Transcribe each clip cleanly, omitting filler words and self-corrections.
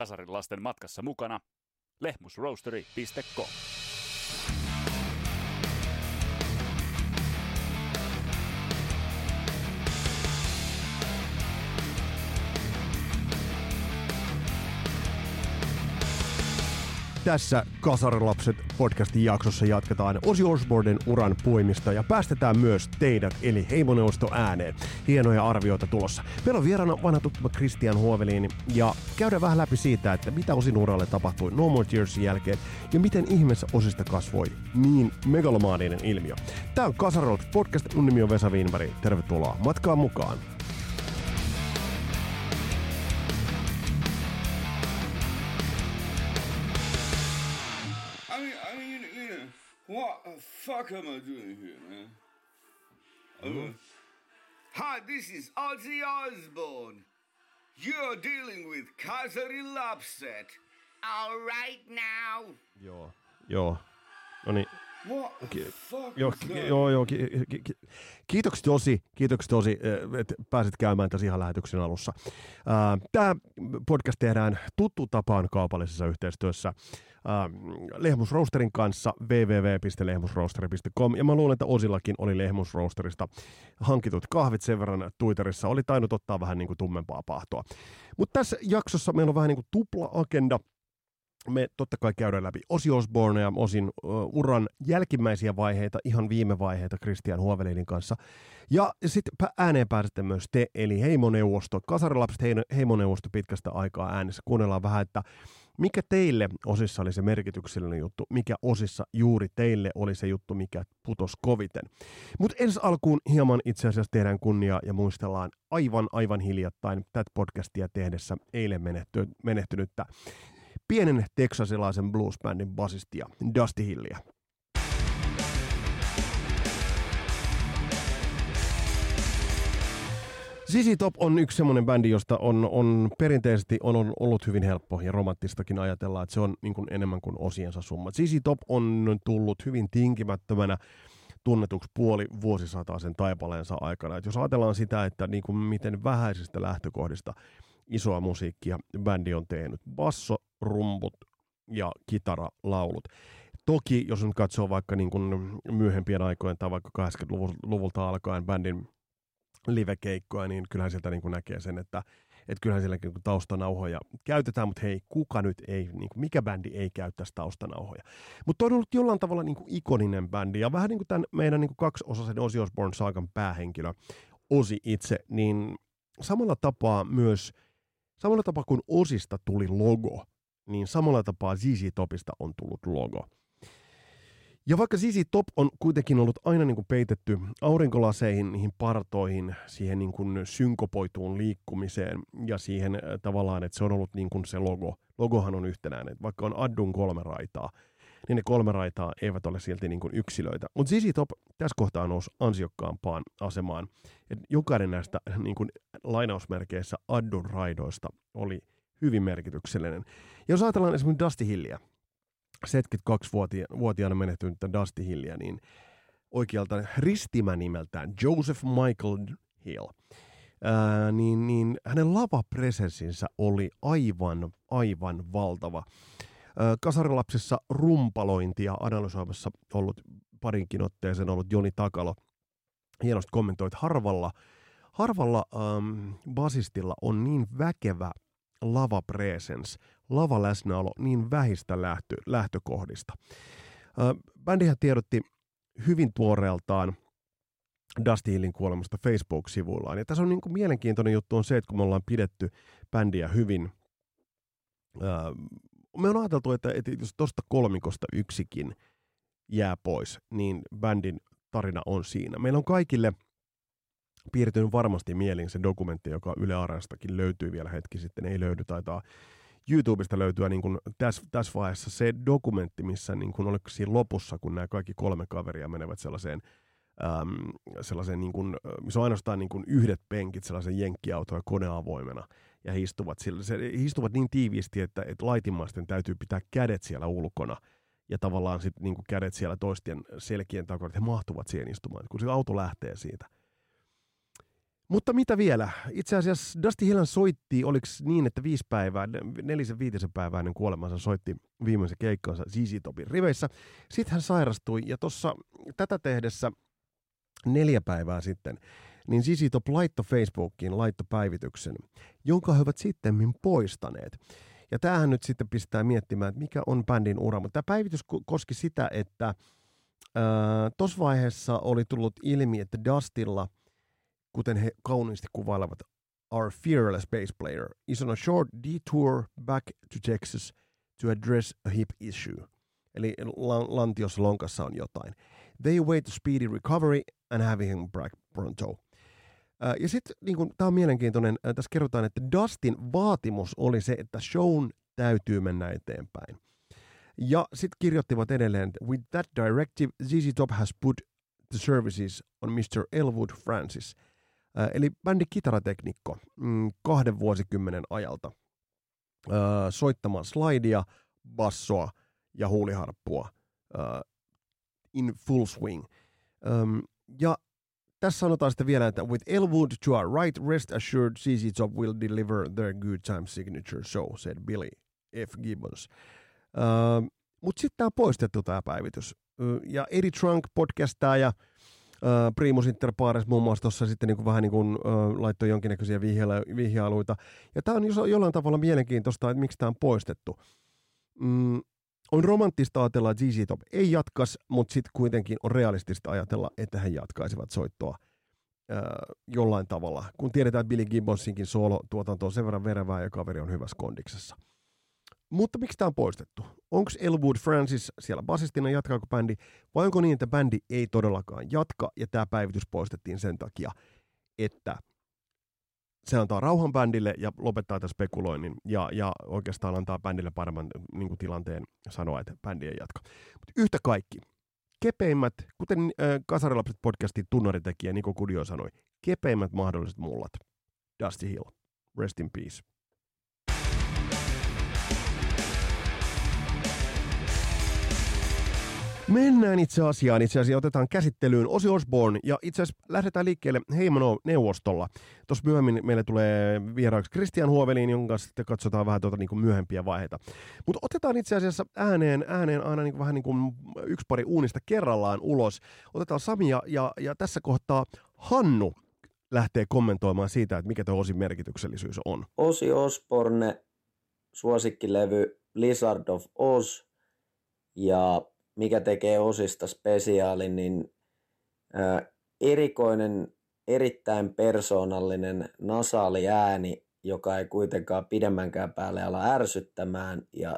Kasarin lasten matkassa mukana lehmusroastery.com. Tässä Kasarilapset podcastin jaksossa jatketaan Ozzy Osbournen uran puimista ja päästetään myös teidät eli heimoneuvosto ääneen. Hienoja arvioita tulossa. Meillä on vieraana vanha tuttuva Christian Huovelin ja käydään vähän läpi siitä, että mitä Ozzyn uralle tapahtui No More Tearsin jälkeen ja miten ihmeessä Ozzysta kasvoi niin megalomaaninen ilmiö. Tää on Kasarilapset podcast, mun nimi on Vesa Wienberg. Tervetuloa matkaan mukaan. What the fuck am I doing here, man? Hi, this is Ozzy Osbourne. You're dealing with Kasarilapset. All right now. Joo. No niin. What the fuck Kiitokset Ozzy, että pääsit käymään tässä ihan lähetyksen alussa. Tämä podcast tehdään tuttu tapaan kaupallisessa yhteistyössä Lehmusroasterin kanssa www.lehmusroasteri.com, ja mä luulen, että Ozzyllakin oli Lehmusroasterista hankitut kahvit sen verran Twitterissä, oli tainnut ottaa vähän niin kuin tummempaa pahtoa. Mutta tässä jaksossa meillä on vähän niin kuin tupla-agenda. Me totta kai käydään läpi Ozzy Osbourne ja Ozzyn uran jälkimmäisiä vaiheita, ihan viime vaiheita Christian Huovelinin kanssa. Ja sitten ääneen pääsette myös te, eli heimoneuvosto, Kasarilapset heimoneuvosto pitkästä aikaa äänessä. Kuunnellaan vähän, että mikä teille Ozzyssa oli se merkityksellinen juttu, mikä Ozzyssa juuri teille oli se juttu, mikä putos koviten. Mutta ensi alkuun hieman itse asiassa tehdään kunniaa ja muistellaan aivan hiljattain tätä podcastia tehdessä eilen menehtynyttä pienen teksasilaisen bluesbändin basistia Dusty Hillia. ZZ Top on yksi semmoinen bändi, josta on perinteisesti on ollut hyvin helppo ja romanttistakin ajatella, että se on niin kuin enemmän kuin osiensa summa. ZZ Top on tullut hyvin tinkimättömänä tunnetuksi puoli vuosisataa sen taipaleensa aikana. Et jos ajatellaan sitä, että niin kuin miten vähäisistä lähtökohdista isoa musiikkia bändi on tehnyt. Basso, rumput ja kitaralaulut. Toki, jos nyt katsoo vaikka niin kuin myöhempien aikojen tai vaikka 80-luvulta alkaen bändin livekeikkoja, niin kyllähän sieltä niin kuin näkee sen, että kyllähän siellä niin kuin taustanauhoja käytetään, mutta hei, kuka nyt ei, niin kuin, mikä bändi ei käyttäisi taustanauhoja. Mutta on ollut jollain tavalla niin kuin ikoninen bändi, ja vähän niin kuin tämän meidän niin kuin kaksiosaisen Ozzy Osbourne-saagan päähenkilö Ozzy itse, niin samalla tapaa kun Ozzysta tuli logo, niin samalla tapaa ZZ Topista on tullut logo. Ja vaikka ZZ Top on kuitenkin ollut aina niin kuin peitetty aurinkolaseihin, niihin partoihin, siihen niin kuin synkopoituun liikkumiseen ja siihen tavallaan, että se on ollut niin kuin se logo. Logohan on yhtenäinen. Vaikka on Addun 3 raitaa, niin ne 3 raitaa eivät ole silti niin kuin yksilöitä. Mutta ZZ Top tässä kohtaa nousi ansiokkaampaan asemaan. Et jokainen näistä niin kuin lainausmerkeissä Addun raidoista oli hyvin merkityksellinen. Ja jos ajatellaan esimerkiksi Dusty Hilliä, 72-vuotiaana menehtynyttä Dusty Hilliä, niin oikealta ristimänimeltään Joseph Michael Hill, niin hänen lavapresenssinsä oli aivan valtava. Kasarilapsissa rumpalointia analysoimassa ollut parinkin otteeseen ollut Joni Takalo hienosti kommentoi, että harvalla basistilla on niin väkevä lavapresence, lavaläsnäolo niin vähistä lähtökohdista. Bändihän tiedotti hyvin tuoreeltaan Dusty Hillin kuolemasta Facebook-sivuillaan. Ja tässä on niin kuin mielenkiintoinen juttu on se, että kun me ollaan pidetty bändiä hyvin, me on ajateltu, että jos tuosta kolmikosta yksikin jää pois, niin bändin tarina on siinä. Meillä on kaikille piirtynyt varmasti mieliin se dokumentti, joka Yle Areenastakin löytyy vielä hetki sitten, ei löydy, taitaa YouTubesta löytyä niin kuin tässä vaiheessa se dokumentti, missä niin kuin oliko siinä lopussa, kun nämä kaikki 3 kaveria menevät sellaiseen niin kuin, missä on ainoastaan niin kuin yhdet penkit, sellaisen jenkkiauto ja koneavoimena, ja he istuvat niin tiiviisti, että laitimaisten täytyy pitää kädet siellä ulkona, ja tavallaan sitten niin kuin kädet siellä toisten selkien takana, että he mahtuvat siihen istumaan, kun se auto lähtee siitä. Mutta mitä vielä? Itse asiassa Dusty Hillan soitti, oliko niin, että 4-5 päivää ennen kuolemansa soitti viimeisen keikkansa ZZ Topin riveissä. Sitten hän sairastui ja tuossa tätä tehdessä 4 päivää sitten, niin ZZ Top laittoi Facebookiin päivityksen, jonka he ovat sitten poistaneet. Ja tämähän nyt sitten pistää miettimään, että mikä on bändin ura. Mutta tämä päivitys koski sitä, että tuossa vaiheessa oli tullut ilmi, että Dustilla, kuten he kauniisti kuvailevat, our fearless bass player is on a short detour back to Texas to address a hip issue. Eli lantiossa lonkassa on jotain. They await a speedy recovery and have him back pronto. Ja sitten niin tämä on mielenkiintoinen, tässä kerrotaan, että Dustin vaatimus oli se, että shown täytyy mennä eteenpäin. Ja sitten kirjoittivat edelleen, with that directive, ZZ Top has put the services on Mr. Elwood Francis. Eli bändin kitarateknikko 2 vuosikymmenen ajalta soittamaan slidea, bassoa ja huuliharppua in full swing. Ja tässä sanotaan sitten vielä, että with Elwood to our right, rest assured ZZ Top will deliver their good time signature show, said Billy F. Gibbons. Mutta sitten tämä on poistettu tämä päivitys. Ja Eddie Trunk podcastaa ja Primus Inter Pares muun muassa tuossa sitten niinku vähän niin kuin laittoi jonkinnäköisiä vihjailuita. Ja tämä on jollain tavalla mielenkiintoista, että miksi tämä on poistettu. On romanttista ajatella, että ZZ Top ei jatkaisi, mutta sitten kuitenkin on realistista ajatella, että he jatkaisivat soittoa jollain tavalla. Kun tiedetään, että Billy Gibbonsinkin soolo-tuotanto on sen verran verevää ja kaveri on hyvässä kondiksessa. Mutta miksi tämä on poistettu? Onko Elwood Francis siellä basistina, jatkaako bändi, vai onko niin, että bändi ei todellakaan jatka, ja tämä päivitys poistettiin sen takia, että se antaa rauhan bändille ja lopettaa tämän spekuloinnin, ja oikeastaan antaa bändille paremman niin kuin tilanteen sanoa, että bändi ei jatka. Mutta yhtä kaikki, kepeimmät, kuten Kasarilapset podcastin tunnaritekijä Niko Kudio sanoi, kepeimmät mahdolliset mullat. Dusty Hill, rest in peace. Mennään itse asiaan. Otetaan käsittelyyn Ozzy Osbourne ja itse asiassa lähdetään liikkeelle Heimo-neuvostolla. Tuossa myöhemmin meille tulee vieraaksi Christian Huovelin, jonka sitten katsotaan vähän niin kuin myöhempiä vaiheita. Mutta otetaan itse asiassa ääneen aina niin kuin vähän niin kuin yksi pari uunista kerrallaan ulos. Otetaan Sami ja tässä kohtaa Hannu lähtee kommentoimaan siitä, että mikä tuo Ozzyn merkityksellisyys on. Ozzy Osbourne, suosikkilevy Blizzard of Oz ja mikä tekee Ozzysta spesiaalin, niin erikoinen, erittäin persoonallinen nasaali ääni, joka ei kuitenkaan pidemmänkään päälle ala ärsyttämään, ja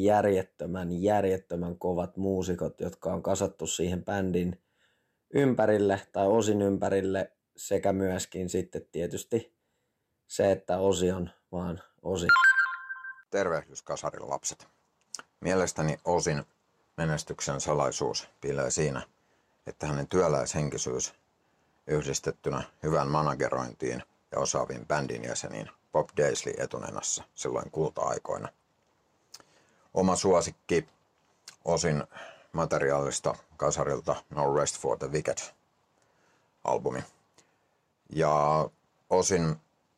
järjettömän kovat muusikot, jotka on kasattu siihen bändin ympärille tai Ozzyn ympärille, sekä myöskin sitten tietysti se, että Ozzy on vaan Ozzy. Tervehdys Kasarin lapset. Mielestäni Ozzyn menestyksen salaisuus piilee siinä, että hänen työläishenkisyys yhdistettynä hyvään managerointiin ja osaaviin bändin jäseniin Bob Daisley etunenässä silloin kulta-aikoina. Oma suosikki Ozzyn materiaalista kasarilta No Rest for the Wicked -albumi. Ja Ozzyn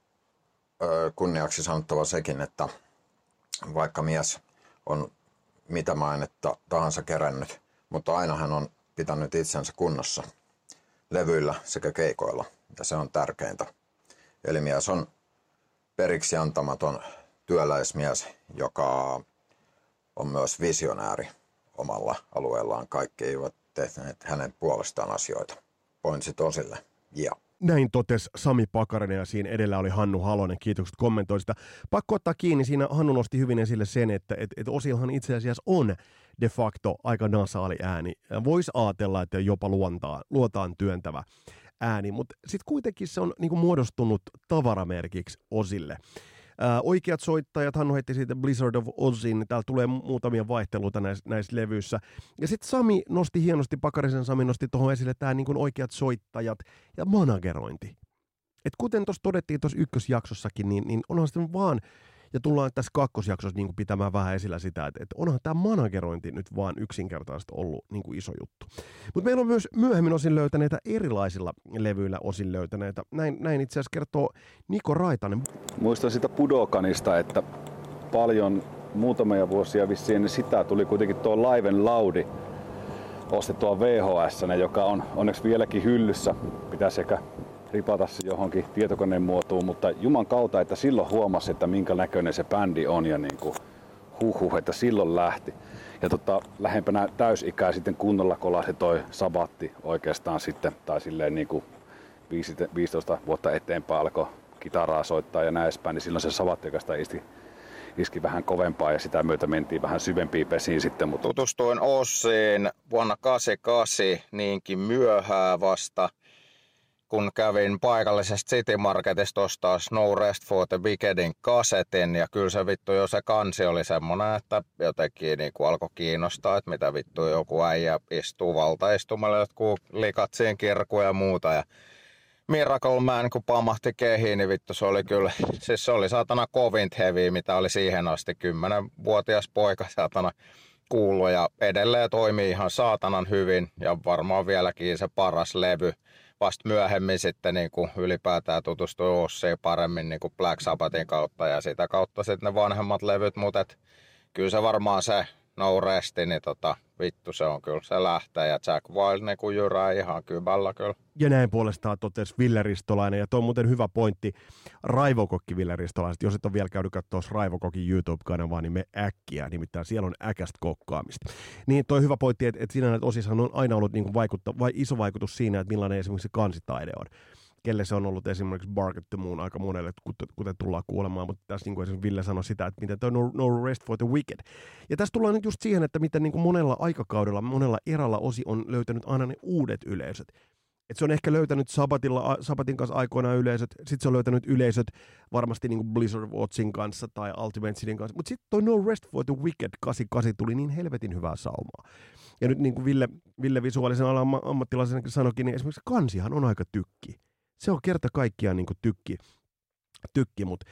kunniaksi sanottava sekin, että vaikka mies on mitä mainetta tahansa kerännyt, mutta aina hän on pitänyt itsensä kunnossa levyillä sekä keikoilla, ja se on tärkeintä. Eli mies on periksi antamaton työläismies, joka on myös visionääri omalla alueellaan. Kaikki eivät tehneet hänen puolestaan asioita. Pointsit Ozzylle. Yeah. Näin totesi Sami Pakarinen ja siinä edellä oli Hannu Halonen. Kiitokset kommentoista. Pakko ottaa kiinni, siinä Hannu nosti hyvin esille sen, että Ozzyllahan itse asiassa on de facto aika nasaali ääni. Voisi ajatella, että jopa luotaan työntävä ääni, mutta sitten kuitenkin se on niinku muodostunut tavaramerkiksi Ozzylle. Oikeat soittajat, Hannu heitti siitä Blizzard of Ozzin, täällä tulee muutamia vaihteluita näissä levyissä. Ja sitten Sami nosti hienosti, Pakarisen Sami nosti tuohon esille tämä niin kuin oikeat soittajat ja managerointi. Et kuten tuossa todettiin tuossa ykkösjaksossakin, niin onhan sitten vaan, Ja tullaan tässä kakkosjaksossa niin kuin pitämään vähän esillä sitä, että onhan tämä managerointi nyt vaan yksinkertaisesti ollut niin kuin iso juttu. Mutta meillä on myös myöhemmin osin löytäneitä erilaisilla levyillä osin löytäneitä. Näin itse asiassa kertoo Niko Raitanen. Muistan sitä Budokanista, että paljon muutamia vuosia vissiin ennen sitä tuli kuitenkin tuo Live and Loudi ostettua VHS, joka on onneksi vieläkin hyllyssä. Pitäisi ehkä ripata se johonkin tietokoneen muotoon, mutta juman kautta, että silloin huomasi, että minkä näköinen se bändi on ja niin kuin että silloin lähti. Ja lähempänä täysikää sitten kunnolla kolasi toi Sabatti oikeastaan sitten, tai silleen niin kuin 15 vuotta eteenpäin alkoi kitaraa soittaa ja näin edespäin, niin silloin se Sabatti oikeastaan iski vähän kovempaa ja sitä myötä mentiin vähän syvempiin pesiin sitten. Mutta tutustuin Ossiin vuonna 88 niinkin myöhään vasta, kun kävin paikallisesta City Marketista ostaa No Rest for the Wickedin kasetin. Ja kyllä se vittu jo se kansi oli semmoinen, että jotenkin niin alkoi kiinnostaa, että mitä vittu joku äijä istuu valtaistumalla, jotkut likat siihen kirkkuun ja muuta. Ja Miracle Man kun pamahti kehiin, niin vittu se oli kyllä, siis se oli saatana kovint heavy, mitä oli siihen asti 10-vuotias poika saatana kuullut ja edelleen toimii ihan saatanan hyvin ja varmaan vieläkin se paras levy. Vasta myöhemmin sitten niin kuin ylipäätään tutustui Ossiin paremmin niin kuin Black Sabbathin kautta ja sitä kautta sitten ne vanhemmat levyt, mutta kyllä se varmaan se No Resti, niin vittu se on kyllä, se lähtee ja Jack Wild niin kuin jyrää ihan kybällä kyllä. Ja näin puolestaan totesi Ville Ristolainen, ja tuo on muuten hyvä pointti, Raivokokki Ville Ristolainen, jos et ole vielä käynyt katsoa Raivokokin YouTube-kanavaa, niin me äkkiä, nimittäin siellä on äkästä kokkaamista. Niin toi hyvä pointti, että siinä näitä osissa on aina ollut niin kuin iso vaikutus siinä, että millainen esimerkiksi se kansitaide on. Kelle se on ollut esimerkiksi Bark at the Moon aika monelle, kuten tullaan kuulemaan, mutta tässä niin kuin esimerkiksi Ville sanoi sitä, että miten toi No Rest for the Wicked. Ja tässä tullaan nyt just siihen, että miten niin kuin monella aikakaudella, monella eralla Ozzy on löytänyt aina ne uudet yleisöt. Et se on ehkä löytänyt Sabbatin kanssa aikoinaan yleisöt, sitten se on löytänyt yleisöt varmasti niin kuin Blizzard Watchin kanssa tai Ultimate Cityn kanssa, mutta sitten toi No Rest for the Wicked 88 tuli niin helvetin hyvää saumaa. Ja nyt niin kuin Ville visuaalisen alan ammattilaisen sanoikin, niin esimerkiksi kansihan on aika tykki. Se on kerta kaikkiaan niin kuin tykki, mutta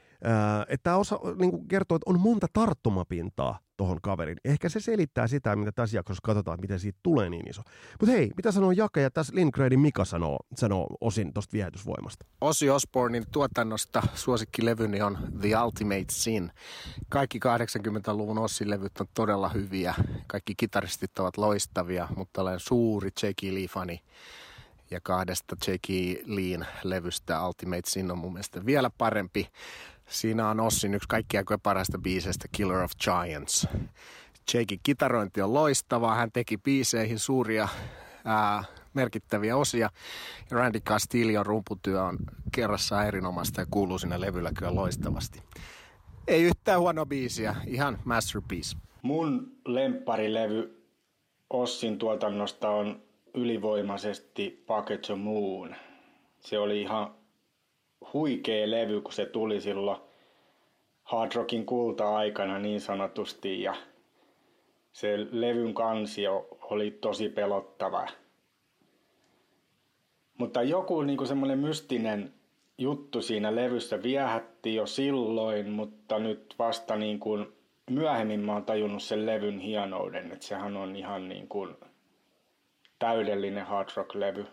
tämä osa niin kuin kertoo, että on monta tarttumapintaa tuohon kaveriin. Ehkä se selittää sitä, mitä tässä jaksossa katsotaan, miten siitä tulee niin iso. Mutta hei, mitä sanoo Jake ja tässä Lindgrenin Mika sanoo osin tuosta viehätysvoimasta? Ozzy Osbournen tuotannosta suosikkilevyni on The Ultimate Sin. Kaikki 80-luvun Ozzy-levyt on todella hyviä. Kaikki kitaristit ovat loistavia, mutta olen suuri J.K. Lee-fani. Ja kahdesta J.K. Leen levystä Ultimate Sin on mun mielestä vielä parempi. Siinä on Ozzyn yksi kaikkien aikojen parasta biiseistä Killer of Giants. J.K. kitarointi on loistavaa. Hän teki biiseihin suuria merkittäviä osia. Ja Randy Castillon rumputyö on kerrassaan erinomaista ja kuuluu siinä levyllä kyllä loistavasti. Ei yhtään huono biisiä, ihan masterpiece. Mun lempparilevy Ozzyn tuotannosta on ylivoimaisesti Bucket of Moon. Se oli ihan huikea levy, kun se tuli silloin hard rockin kulta-aikana niin sanotusti. Ja se levyn kansio oli tosi pelottava. Mutta joku niin semmoinen mystinen juttu siinä levyssä viehätti jo silloin, mutta nyt vasta niin kuin myöhemmin mä oon tajunnut sen levyn hienouden. Että sehän on ihan niin kuin täydellinen hard rock-levy.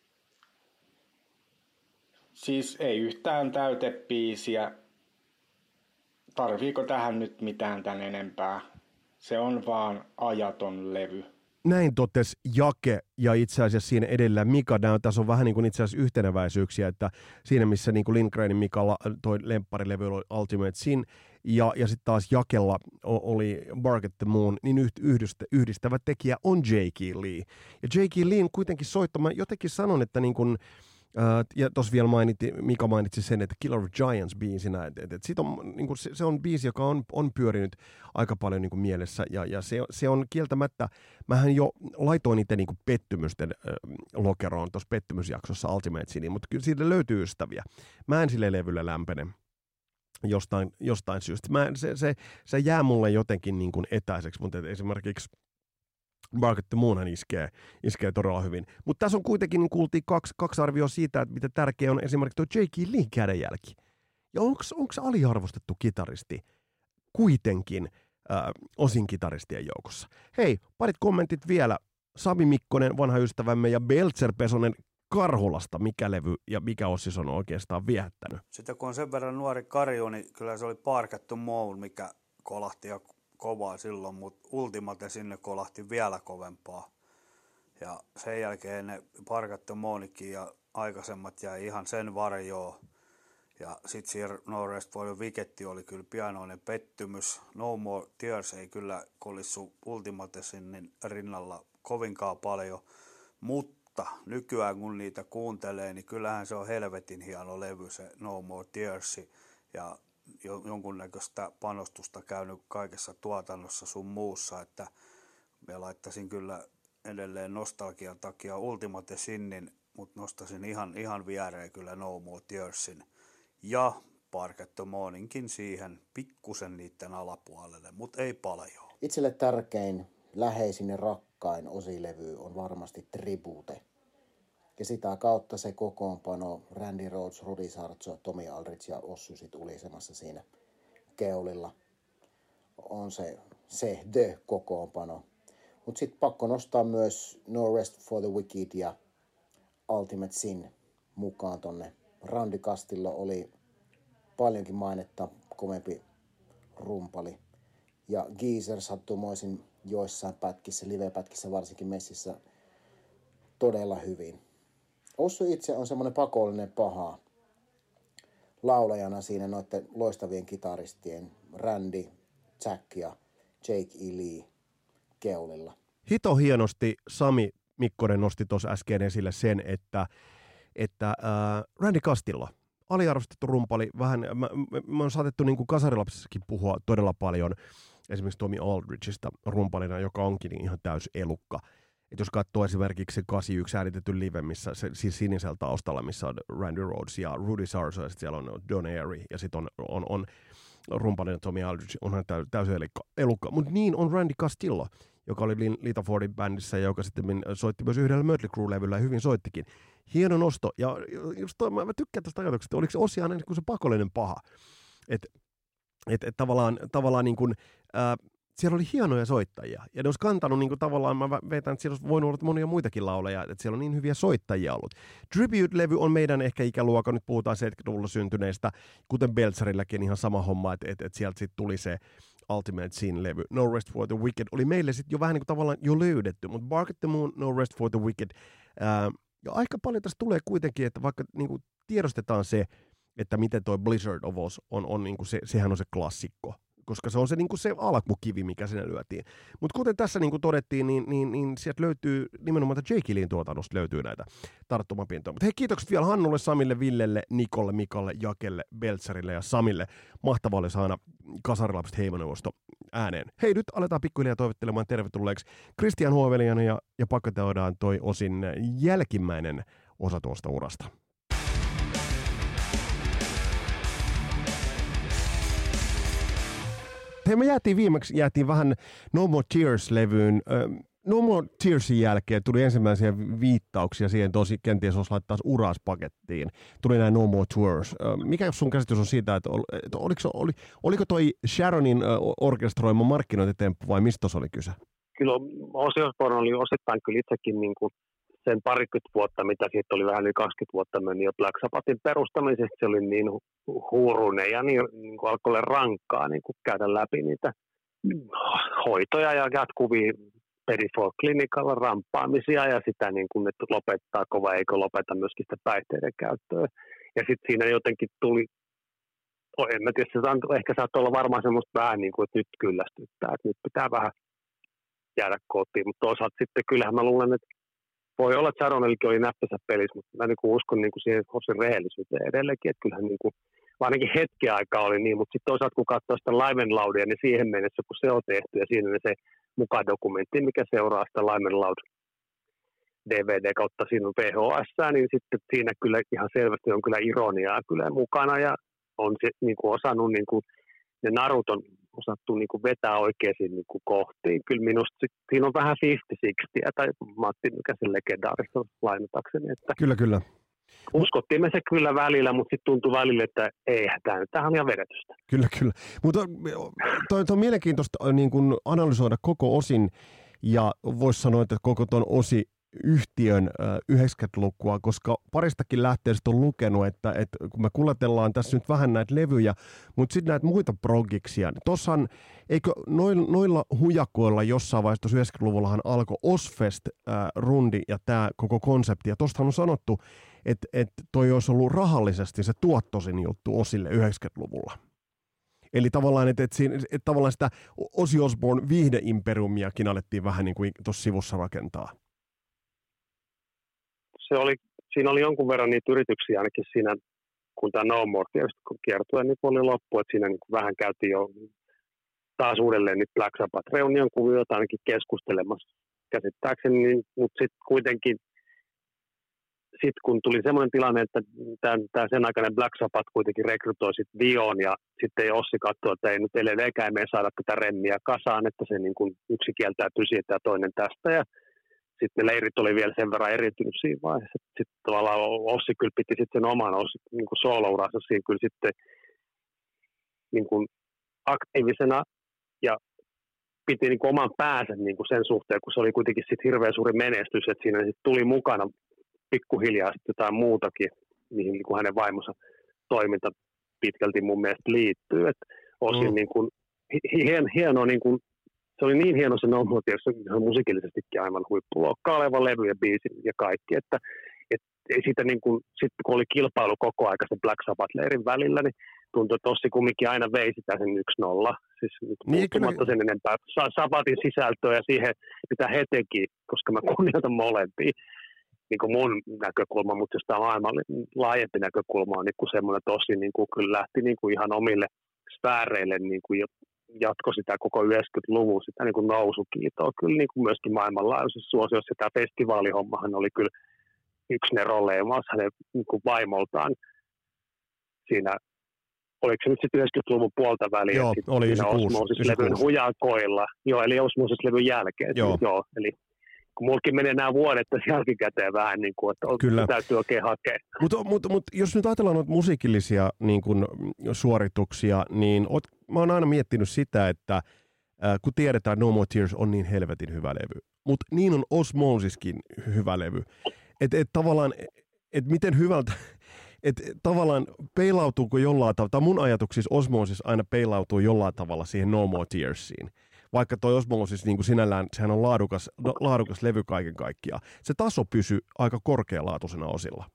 Siis ei yhtään täytebiisiä. Tarviiko tähän nyt mitään tän enempää? Se on vaan ajaton levy. Näin totesi Jake ja itse asiassa siinä edellä Mika. Tässä on vähän niin kuin itse asiassa yhteneväisyyksiä, että siinä missä niin kuin Lindgrenin Mikalla toi lempparilevy oli Ultimate Sin ja sitten taas Jakella oli Bark at the Moon, niin yhdistävä tekijä on J.K. Lee. Ja J.K. Leen kuitenkin soittama, jotenkin sanon, että niin kuin ja tuossa vielä Mika mainitsi sen, että Killer of Giants biisinä, että on, niin kuin se on biisi, joka on pyörinyt aika paljon niin kuin mielessä, ja se on kieltämättä, mähän jo laitoin itse niin kuin pettymysten lokeroon tuossa pettymysjaksossa Ultimate City, mutta kyllä siitä löytyy ystäviä. Mä en sille levylle lämpene jostain syystä. Se jää mulle jotenkin niin kuin etäiseksi, mutta esimerkiksi Bark at the Moonhan iskee todella hyvin. Mutta tässä on kuitenkin, niin kuultiin kaksi arvioa siitä, että miten tärkeä on esimerkiksi tuo J.K. Lee kädenjälki. Ja onko aliarvostettu kitaristi kuitenkin Osin kitaristien joukossa? Hei, parit kommentit vielä. Sami Mikkonen, vanha ystävämme, ja Belzer Pesonen Karhulasta. Mikä levy ja mikä Ossis on oikeastaan viehättänyt? Sitä kun on sen verran nuori karju, niin kyllä se oli Park the Moon, mikä kolahti ja kovaa silloin, mutta Ultimate sinne kolahti vielä kovempaa. Ja sen jälkeen ne Park the Moonikin ja aikaisemmat jäi ihan sen varjoon. Ja sitten siinä No Rest for the Wicked oli kyllä pianoinen pettymys. No More Tears ei kyllä kolissu Ultimatesin rinnalla kovinkaan paljon, mutta nykyään kun niitä kuuntelee, niin kyllähän se on helvetin hieno levy se No More Tears ja jonkunnäköistä panostusta käynyt kaikessa tuotannossa sun muussa, että me laittaisin kyllä edelleen nostalgian takia Ultimate Sinnin, mutta nostaisin ihan viereen kyllä No More Tearsin ja Park the Morninkin siihen pikkusen niiden alapuolelle, mutta ei paljon. Itselle tärkein, läheisin ja rakkain Osi-levy on varmasti Tribute. Ja sitä kautta se kokoonpano, Randy Rhoads, Rudy Sarzo, Tommy Aldridge ja Ossu sit ulisemassa siinä keulilla, on se The kokoonpano. Mutta sitten pakko nostaa myös No Rest for the Wicked ja Ultimate Sin mukaan tonne. Randy Castillo oli paljonkin mainetta kovempi rumpali. Ja Geezer sattumoisin joissain pätkissä, live-pätkissä, varsinkin messissä, todella hyvin. Ossu itse on semmoinen pakollinen paha laulajana siinä noiden loistavien kitaristien Randy, Jack ja Jake E. Lee keulilla. Hito hienosti Sami Mikkonen nosti tuossa äsken esille sen, että Randy Castillo, aliarvostettu rumpali, vähän, mä oon saatettu niin kuin Kasarilapsissakin puhua todella paljon esimerkiksi Tommy Aldridgeista rumpalina, joka onkin ihan täys elukka. Et jos katsoo esimerkiksi se 81 äänitetty live, missä siis sinisellä taustalla, missä on Randy Rhoads ja Rudy Sarzo, ja siellä on Don Airey, ja sitten on rumpalina Tommy Aldridge, onhan täysin elukka. Mutta niin on Randy Castillo, joka oli Lita Fordin bändissä, ja joka sitten soitti myös yhdellä Mötley Crüe-levyllä, ja hyvin soittikin. Hieno nosto, ja just mä tykkään tästä ajatuksesta, oliko se Osiaan ennen kuin se pakollinen paha. Että tavallaan niin kuin, siellä oli hienoja soittajia, ja ne olisi kantanut niin kuin tavallaan, mä veitän, että siellä olisi voinut olla monia muitakin lauleja, että siellä on niin hyviä soittajia ollut. Tribute-levy on meidän ehkä ikäluokka, nyt puhutaan 70-luvulla syntyneistä, kuten Belzerilläkin ihan sama homma, että sieltä sitten tuli se Ultimate Sin-levy. No Rest for the Wicked oli meille sitten jo vähän niin kuin tavallaan jo löydetty, mutta Bark at the Moon, No Rest for the Wicked, ja aika paljon tässä tulee kuitenkin, että vaikka niin kuin tiedostetaan se, että miten toi Blizzard of Oz on niin kuin sehän on se klassikko, koska se on se, niin kuin se alkukivi, mikä sinne lyötiin. Mutta kuten tässä niin kuin todettiin, niin sieltä löytyy nimenomaan Jake Leen tuotannosta löytyy näitä tarttumapintoja. Mutta hei, kiitokset vielä Hannulle, Samille, Villelle, Nikolle, Mikalle, Jakelle, Belzerille ja Samille. Mahtavaa oli saada Kasarilapset heimoneuvosto ääneen. Hei, nyt aletaan pikkuhiljaa toivottelemaan tervetulleeksi Kristian Huoveliainen ja pakoteodaan toi Osin jälkimmäinen osa tuosta urasta. Hei, me jäätiin vähän No More Tears-levyyn. No More Tearsin jälkeen tuli ensimmäisiä viittauksia siihen, tosi kenties olisi laittaa uraspakettiin. Tuli näin No More Tours. Mikä sun käsitys on siitä, että oliko toi Sharonin orkestroima markkinointitemppu vai mistä tuossa oli kyse? Kyllä Ozzy Osbourne oli osittain kyllä itsekin niin kuin sen parikymmentä vuotta, mitä siitä oli vähän yli 20 vuotta meni jo Black Sabbathin perustamisesta, se oli niin huuruinen ja niin kuin alkoi olla rankkaa niin kuin käydä läpi niitä hoitoja ja jatkuvia Peripheral-klinikalla ramppaamisia ja sitä niin kuin, että lopettaa kova eikö lopeta myöskin sitä päihteiden käyttöä. Ja sitten siinä jotenkin tuli, en mä tiedä, se ehkä saattoi olla varmaan semmoista vähän niin kuin, että nyt kyllästyttää, että nyt pitää vähän jäädä kotiin, mutta toisaalta sitten kyllähän mä luulen, että voi olla, että Sharonellikin oli näppänsä pelissä, mutta mä niin uskon niin kuin siihen Hossin rehellisyyteen edelleenkin, että kyllähän niin kuin, ainakin hetken aikaa oli niin, mutta sitten toisaalta kun katsoo sitä Live and Loudia, niin siihen mennessä kun se on tehty ja siinä se mukadokumentti, mikä seuraa sitä Live and Loud DVD kautta siinä VHS, niin sitten siinä kyllä ihan selvästi on kyllä ironiaa kyllä mukana ja on se niin kuin osannut niin kuin, ne narut on osattu niin kuin vetää oikeisiin niin kuin kohtiin. Kyllä minusta siinä on vähän 50-60, tai Matti Nykäsen legendaarista lainatakseni. Että Kyllä. Uskottiin me se kyllä välillä, mutta sitten tuntui välillä, että eihän tämä on ihan vedetystä. Kyllä. Mutta toi on mielenkiintoista niin kun analysoida koko Osin ja voisi sanoa, että koko ton Osi-yhtiön 90-lukua, koska paristakin lähteestä on lukenut, että kun me kuljetellaan tässä nyt vähän näitä levyjä, mutta sitten näitä muita progiksia, niin tossahan, eikö noilla hujakoilla jossain vaiheessa 90-luvullahan alkoi Ozfest-rundi ja tämä koko konsepti, ja tostahan on sanottu, että toi olisi ollut rahallisesti se tuottoisin juttu Osille 90-luvulla. Eli tavallaan, että tavallaan sitä Ozzy Osbourne viihdeimperiumiakin alettiin vähän niin kuin tuossa sivussa rakentaa. Siinä oli jonkun verran niitä yrityksiä ainakin siinä, kun tämä No More kiertue niin oli loppu, että siinä niin vähän käytiin jo taas uudelleen nyt Black Sabbath reunion kuvioita ainakin keskustelemassa käsittääkseni, niin, mutta sitten kuitenkin kun tuli semmoinen tilanne, että tämä sen aikainen Black Sabbath kuitenkin rekrytoi sitten Dion ja sitten Ossi katsoi, että ei nyt edelleenkään me saada tätä remmiä kasaan, että se niin kuin yksi kieltäytyy siitä ja toinen tästä ja sitten ne leirit oli vielä sen verran eritynyt siinä vaiheessa. Sitten tavallaan Ossi kyllä piti sitten sen oman niin kuin soolouransa siinä kyllä sitten niin kuin aktiivisena ja piti niin kuin oman päänsä niin kuin sen suhteen, kun se oli kuitenkin sitten hirveän suuri menestys, että siinä sitten tuli mukana pikkuhiljaa sitten jotain muutakin, mihin niin kuin hänen vaimonsa toiminta pitkälti mun mielestä liittyy. Että Osin niin kuin, hieno, niin kuin, se oli niin hieno se No More, se on musiikillisestikin aivan huippuluokkaa oleva levy ja biisi ja kaikki, että ei siitä niin kuin, sitten kun oli kilpailu koko aika sen Black Sabbath-leirin välillä, niin tuntui, että Ossi kumminkin aina vei sitä sen 1-0. Siis puuttumatta sen enempää Sabbathin sisältöä ja siihen, mitä he teki, koska mä kunnioitan molempia. Niin kuin mun näkökulma, mutta jos tämä on aivan laajempi näkökulma, on niin semmoinen tosi niin kuin kyllä lähti niin kuin ihan omille sfääreille niin kuin jatkoi sitä koko 90-luvun sitä niin kuin nousukiitoa. Kyllä niin kuin myöskin maailmanlaajuisessa suosiossa tämä festivaalihommahan oli kyllä yksi neroleimaus hänen niin kuin vaimoltaan siinä, oliko se nyt sitten 90-luvun puolta väliä? Joo, oli 96-levyn hujakoilla. Joo, eli Osmosis-levyn jälkeen. Joo, eli kun mullakin menee nämä vuodet tässä jälkikäteen vähän, niin kuin, että kyllä täytyy oikein hakea. Mutta jos nyt ajatellaan noita musiikillisia niin kuin, suorituksia, niin mä oon aina miettinyt sitä, että kun tiedetään No More Tears on niin helvetin hyvä levy, mutta niin on Osmosiskin hyvä levy. Että tavallaan, että miten hyvältä, että tavallaan peilautuuko jollain tavalla, tai mun ajatuksissa Osmosis aina peilautuu jollain tavalla siihen No More Tearsiin. Vaikka toi Osmosis niin kuin sinällään, sehän on laadukas levy kaiken kaikkiaan. Se taso pysyy aika korkealaatuisena Osilla.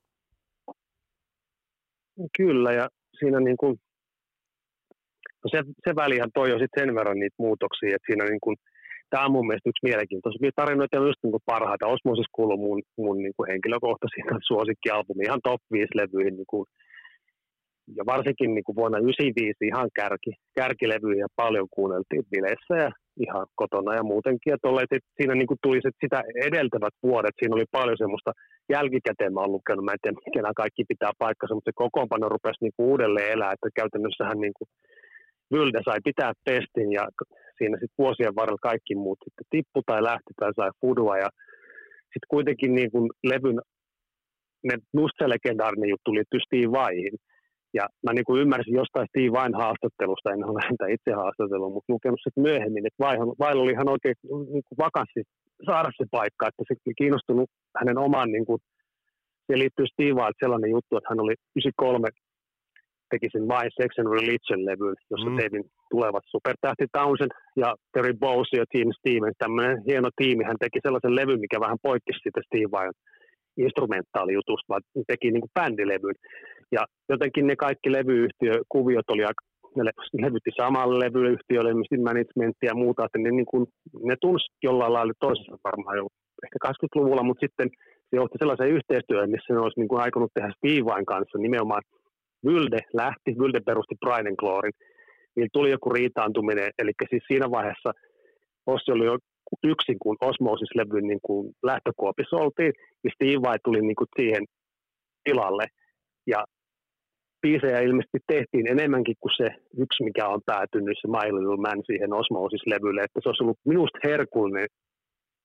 Kyllä, ja siinä niin kuin, no se välihän toi jo sitten sen verran niitä muutoksia, että siinä niin kuin, tämä on mun mielestä yksi mielenkiintoisia tarinoita, just niin kuin parhaita. Osmosis kuuluu mun niin kuin henkilökohtaisiin suosikkialbumi, ihan top 5 levyihin, niin kuin, ja varsinkin niin kuin vuonna 1995 ihan kärkilevyihin ja paljon kuunneltiin bileissä ja ihan kotona ja muutenkin. Ja siinä niin kuin tuli sitä edeltävät vuodet, siinä oli paljon semmoista jälkikäteen mä oon lukenut, mä en tiedä kenellä kaikki pitää paikkansa, mutta se kokoonpano rupesi niin kuin uudelleen elää, että käytännössähän niin kuin Vylde sai pitää testin ja siinä sitten vuosien varrella kaikki muut sitten tippu tai lähti tai sai fudua ja sitten kuitenkin niin kuin levyn, just se legendaarinen juttu liittyy Steve Vaihin. Ja mä niin kuin ymmärsin jostain Steve Vain haastattelusta, en ole häntä itse haastattelua, mutta lukenut sitten myöhemmin, että Vailla oli ihan oikein niin kuin vakanssi saada se paikka, että se oli kiinnostunut hänen oman, niin kuin, se liittyy Steve Vain sellainen juttu, että hän oli 93 teki sen Vain Sex and Religion-levyn, jossa Davin tulevat supertähti Townsend ja Terry Bowes ja Team Stevens, tämmöinen hieno tiimi, hän teki sellaisen levyn, mikä vähän poikkesi siitä Steve Vain instrumentaalijutusta, vaan teki niin kuin bändilevyn. Ja jotenkin ne kaikki levyyhtiökuviot oli aika, ne levytti samalle levyyhtiölle, managementtia ja muuta, että ne tunsi jollain lailla toisessa varmaan jo ehkä 80-luvulla, mutta sitten se johti sellaiseen yhteistyöhön, missä ne olisi niin kuin aikonut tehdä Steve Vain kanssa, nimenomaan Vylde perusti Pride and Gloryn, niillä tuli joku riitaantuminen, eli siis siinä vaiheessa Ossi oli jo yksin, kun Osmosis-levyn niin kuin lähtökuopissa oltiin, niin Steve Vai tuli niin kuin siihen tilalle. Ja biisejä ilmeisesti tehtiin enemmänkin kuin se yksi, mikä on päätynyt, se My Little Man siihen Osmosis-levylle, että se olisi ollut minusta herkullinen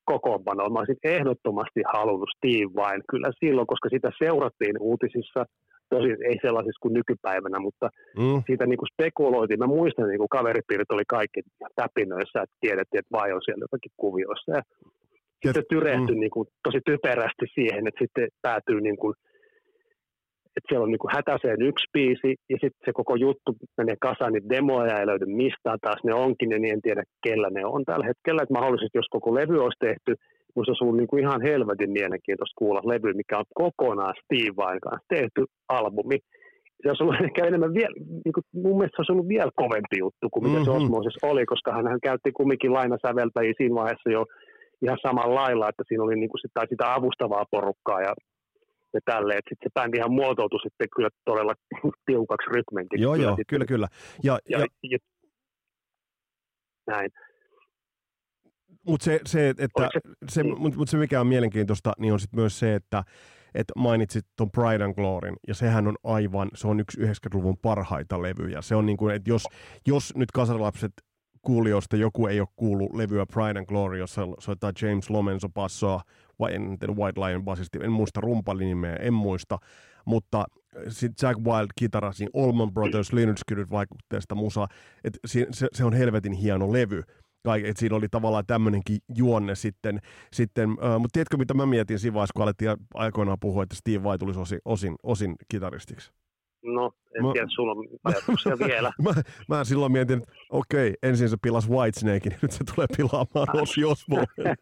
kokoonpanoon. Mä olisin ehdottomasti halunnut Steve Vai kyllä silloin, koska sitä seurattiin uutisissa, tosin ei sellaisissa kuin nykypäivänä, mutta siitä niin kuin spekuloitiin. Mä muistan, niin kuin kaveripiirit oli kaikki täpinöissä, että tiedettiin, että Vai on siellä jotakin kuvioissa. Ja sitten tyrehtyi niin kuin tosi typerästi siihen, että sitten päätyy niin kuin, että siellä on niin kuin hätäiseen yksi biisi, ja sitten se koko juttu menee kasaan, niin demoja ei löydy mistään, taas ne onkin, ja niin en tiedä, kellä ne on tällä hetkellä. Että mahdollisesti, jos koko levy olisi tehty, musta olisi ollut niin kuin ihan helvetin mielenkiintoista kuulla levy, mikä on kokonaan Steve Vain kanssa tehty albumi. Se olisi ollut ehkä enemmän vielä, niin kuin mun mielestä se olisi ollut vielä kovempi juttu kuin mitä se Osmosis oli, koska hän käytti kumminkin lainasäveltäjiä siinä vaiheessa jo ihan samalla lailla, että siinä oli niin kuin sitä avustavaa porukkaa ja tälleen, että sitten se bändihan muotoutui sitten kyllä todella tiukaksi rytmenkin. Joo, kyllä. Ja näin. Mutta se, mikä on mielenkiintoista, niin on sitten myös se, että mainitsit tuon Pride and Gloryn, ja sehän on se on yksi 90-luvun parhaita levyjä. Se on niin kuin, että jos nyt kasarilapset kuulijoista joku ei ole kuullut levyä Pride and Glory, jossa soittaa James Lomenzo bassoa, vai White Lion basisti, en muista rumpalinimeä, en muista, mutta sitten Jack Wild kitara siinä Allman Brothers, Lynyrd Skynyrd vaikutteesta musa, että se on helvetin hieno levy. Että siinä oli tavallaan tämmöinenkin juonne sitten mutta tiedätkö mitä mä mietin siinä vaiheessa, kun alettiin aikoinaan puhua, että Steve Vai tulisi osin kitaristiksi? No, en tiedä, sulla on ajatuksia vielä. Mä silloin mietin, että okei, ensin se pilasi Whitesnakein, nyt se tulee pilaamaan Ozzy Osbourne.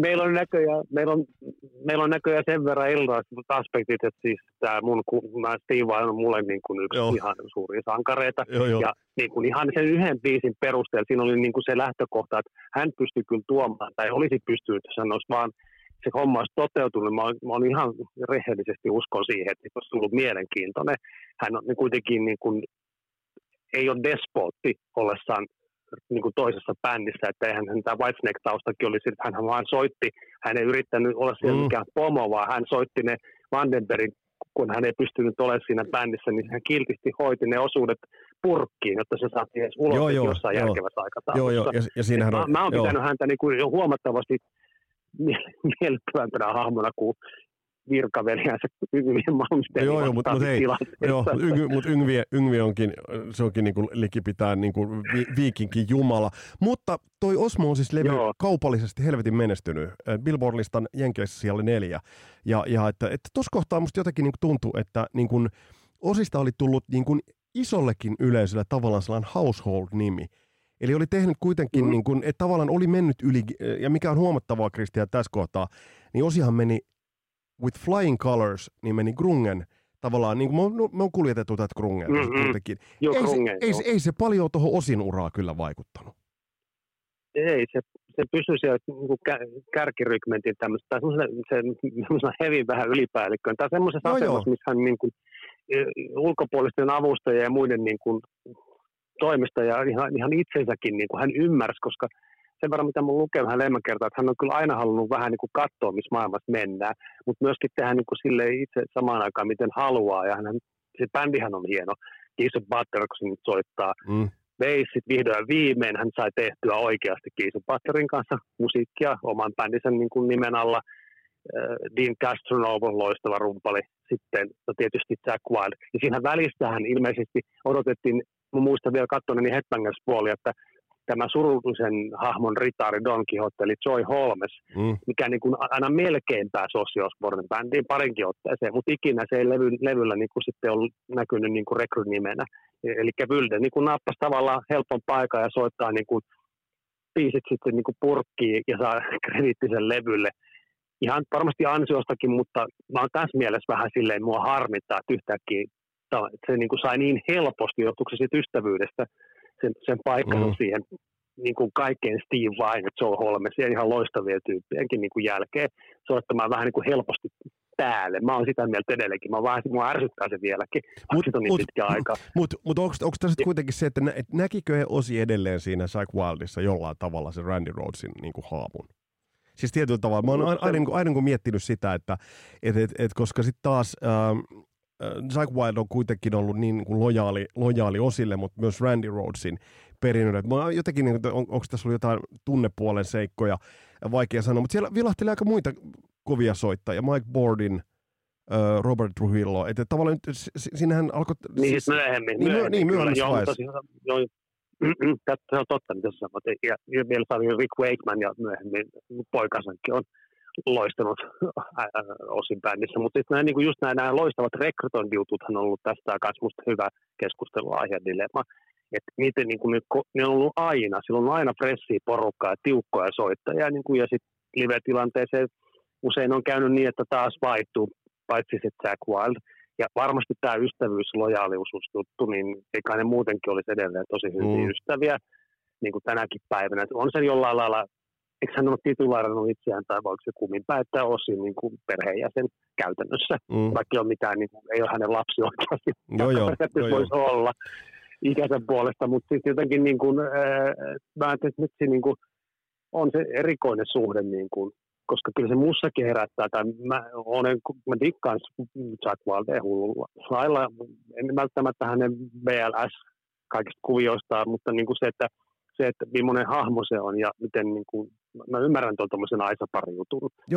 meillä on näköjään sen verran erilaiset aspektit, että siis tämä Steve Vai on mulle niin kuin yksi ihan suuria sankareita. Joo. Ja niin kuin ihan sen yhden biisin perusteella siinä oli niin kuin se lähtökohta, että hän pystyi kyllä tuomaan, tai olisi pystynyt, jos hän olisi vaan se homma olisi toteutunut. Mä olen ihan rehellisesti uskon siihen, että olisi tullut mielenkiintoinen. Hän on kuitenkin niin kuin, ei ole despootti ollessaan niin kuin toisessa bändissä, että eihän tämä Whitesnake-taustakin oli, että hän vaan soitti, hän ei yrittänyt olla siellä mikään pomo, vaan hän soitti ne Vandenbergin, kun hän ei pystynyt olemaan siinä bändissä, niin hän kiltisti hoiti ne osuudet purkkiin, jotta se saatiin edes ulos jossain järkevässä aikataulussa. Mä oon pitänyt häntä niin kuin jo huomattavasti miellyttävämpänä hahmona kuin virkaveliänsä Yngvien Malmsteen mutta Yngvi onkin, se onkin niin kuin likipitään niin kuin viikinkin jumala. Mutta toi Osmosis-levy kaupallisesti helvetin menestynyt. Billboard-listan Jenkeissä siellä 4. Ja että tuossa kohtaa musta jotenkin niin kuin tuntui, että niin kuin Osista oli tullut niin kuin isollekin yleisölle tavallaan sellainen household-nimi. Eli oli tehnyt kuitenkin, niin kuin, että tavallaan oli mennyt yli, ja mikä on huomattavaa, Kristian, tässä kohtaa, niin Osihan meni with flying colors, niin meni grungen, tavallaan, niin kuin me on kuljetettu tätä grungen kuitenkin. Ei se paljon tuohon Osin uraa kyllä vaikuttanut. Ei, se pysyi siellä niin kärkirykmentin tämmöistä, tai semmoisena hevin vähän ylipäällikköön, tai semmoisessa asemassa, missä hän niin kuin, ulkopuolisten avustajien ja muiden niin kuin, toimesta ja ihan itsensäkin niin kuin hän ymmärsi, koska sen verran mitä mun lukee vähän enemmän kertaa, että hän on kyllä aina halunnut vähän niin kuin katsoa, missä maailmassa mennään, mutta myöskin tehdä niin kuin silleen itse samaan aikaan, miten haluaa, ja se bändihän on hieno, Keith Butler, kun se nyt soittaa, Veissit vihdoin viimein hän sai tehtyä oikeasti Keith Butlerin kanssa musiikkia oman bändinsä niin kuin nimen alla, Dean Castronovo, loistava rumpali, sitten tietysti Jack Wild, ja siinä välissähän ilmeisesti odotettiin. Mä muistan vielä katsoneeni Headbangers-puoli, että tämä surullisen hahmon ritari Don Quixote, eli Joy Holmes, mikä niin kuin aina melkein pääsi Ozzy Osbournen bändiin parinkin otteeseen, mutta ikinä se ei levyllä niin kuin sitten ollut näkynyt niin kuin rekrynimenä. Eli Wilde niin kuin nappasi tavallaan helpon paikan ja soittaa niin kuin biisit sitten niin kuin purkkiin ja saa krediittisen levylle. Ihan varmasti ansiostakin, mutta mä oon tässä mielessä vähän silleen, mua harmittaa, että yhtäkkiä se niin kuin sai niin helposti, johtuuko se siitä ystävyydestä, sen paikkansa siihen niin kuin kaikkein Steve Vai ja Joe Holmes ja ihan loistavia tyyppienkin niin kuin jälkeen soittamaan vähän niin kuin helposti päälle. Mä oon sitä mieltä edelleenkin. Mua ärsyttää se vieläkin, vaikka siitä on niin pitkä aika. Mutta onko tässä kuitenkin se, että näkikö Ozzy edelleen siinä Zakk Wildissa jollain tavalla se Randy Rhodesin niin kuin haamun? Siis tietyllä tavalla. Mä oon aina miettinyt sitä, että koska sitten taas Zakk Wylde on kuitenkin ollut niin kuin lojaali Ozzylle, mutta myös Randy Rhodesin perinyt. Mä oon jotenkin, onko tässä ollut jotain tunnepuolen seikkoja, vaikea sanoa, mutta siellä vilahteli aika muita kovia soittajia. Mike Bordin, Robert Trujillo, että tavallaan siinähän alkoi... Niin siis myöhemmin. Myöhemmässä vaiheessa. Se on totta, mitä sä sanot. Ja vielä oli Rick Wakeman ja myöhemmin poikasenkin on loistanut osin bändissä. Mutta sitten niin just nämä loistavat rekrytointijututhan on ollut tästä kanssa musta hyvä keskusteluaihe ja dilemma. Että niitä niin kuin, ne on ollut aina, silloin on aina fressiä porukkaa ja tiukkoja soittajia. Niin kuin, ja sitten live-tilanteeseen usein on käynyt niin, että taas vaihtuu, paitsi se Zakk Wylde. Ja varmasti tämä ystävyys, lojaaliususjuttu, niin eikä ne muutenkin olisi edelleen tosi hyviä ystäviä, niin kuin tänäkin päivänä. Et on se jollain lailla, eikö hän ole titulaarannut itseään tai voiko se kumminpäin, että osin niin kuin perheenjäsen käytännössä, vaikka ei ole mitään, niin kuin, ei ole hänen lapsi oikeasti. Voisi olla ikäisen puolesta, mutta sitten jotenkin niin kuin, mä ajattelin, että nyt se niin kuin, on se erikoinen suhde, niin kuin, koska kyllä se mussakin herättää, tai mä dikkaan Zakk Wylden hullulla lailla, en välttämättä hänen BLS kaikista kuvioistaan, mutta niin kuin se, että millainen hahmo se on ja miten niin kuin, mä ymmärrän tuon tuommoisen Aisa-pari jutun. Joo,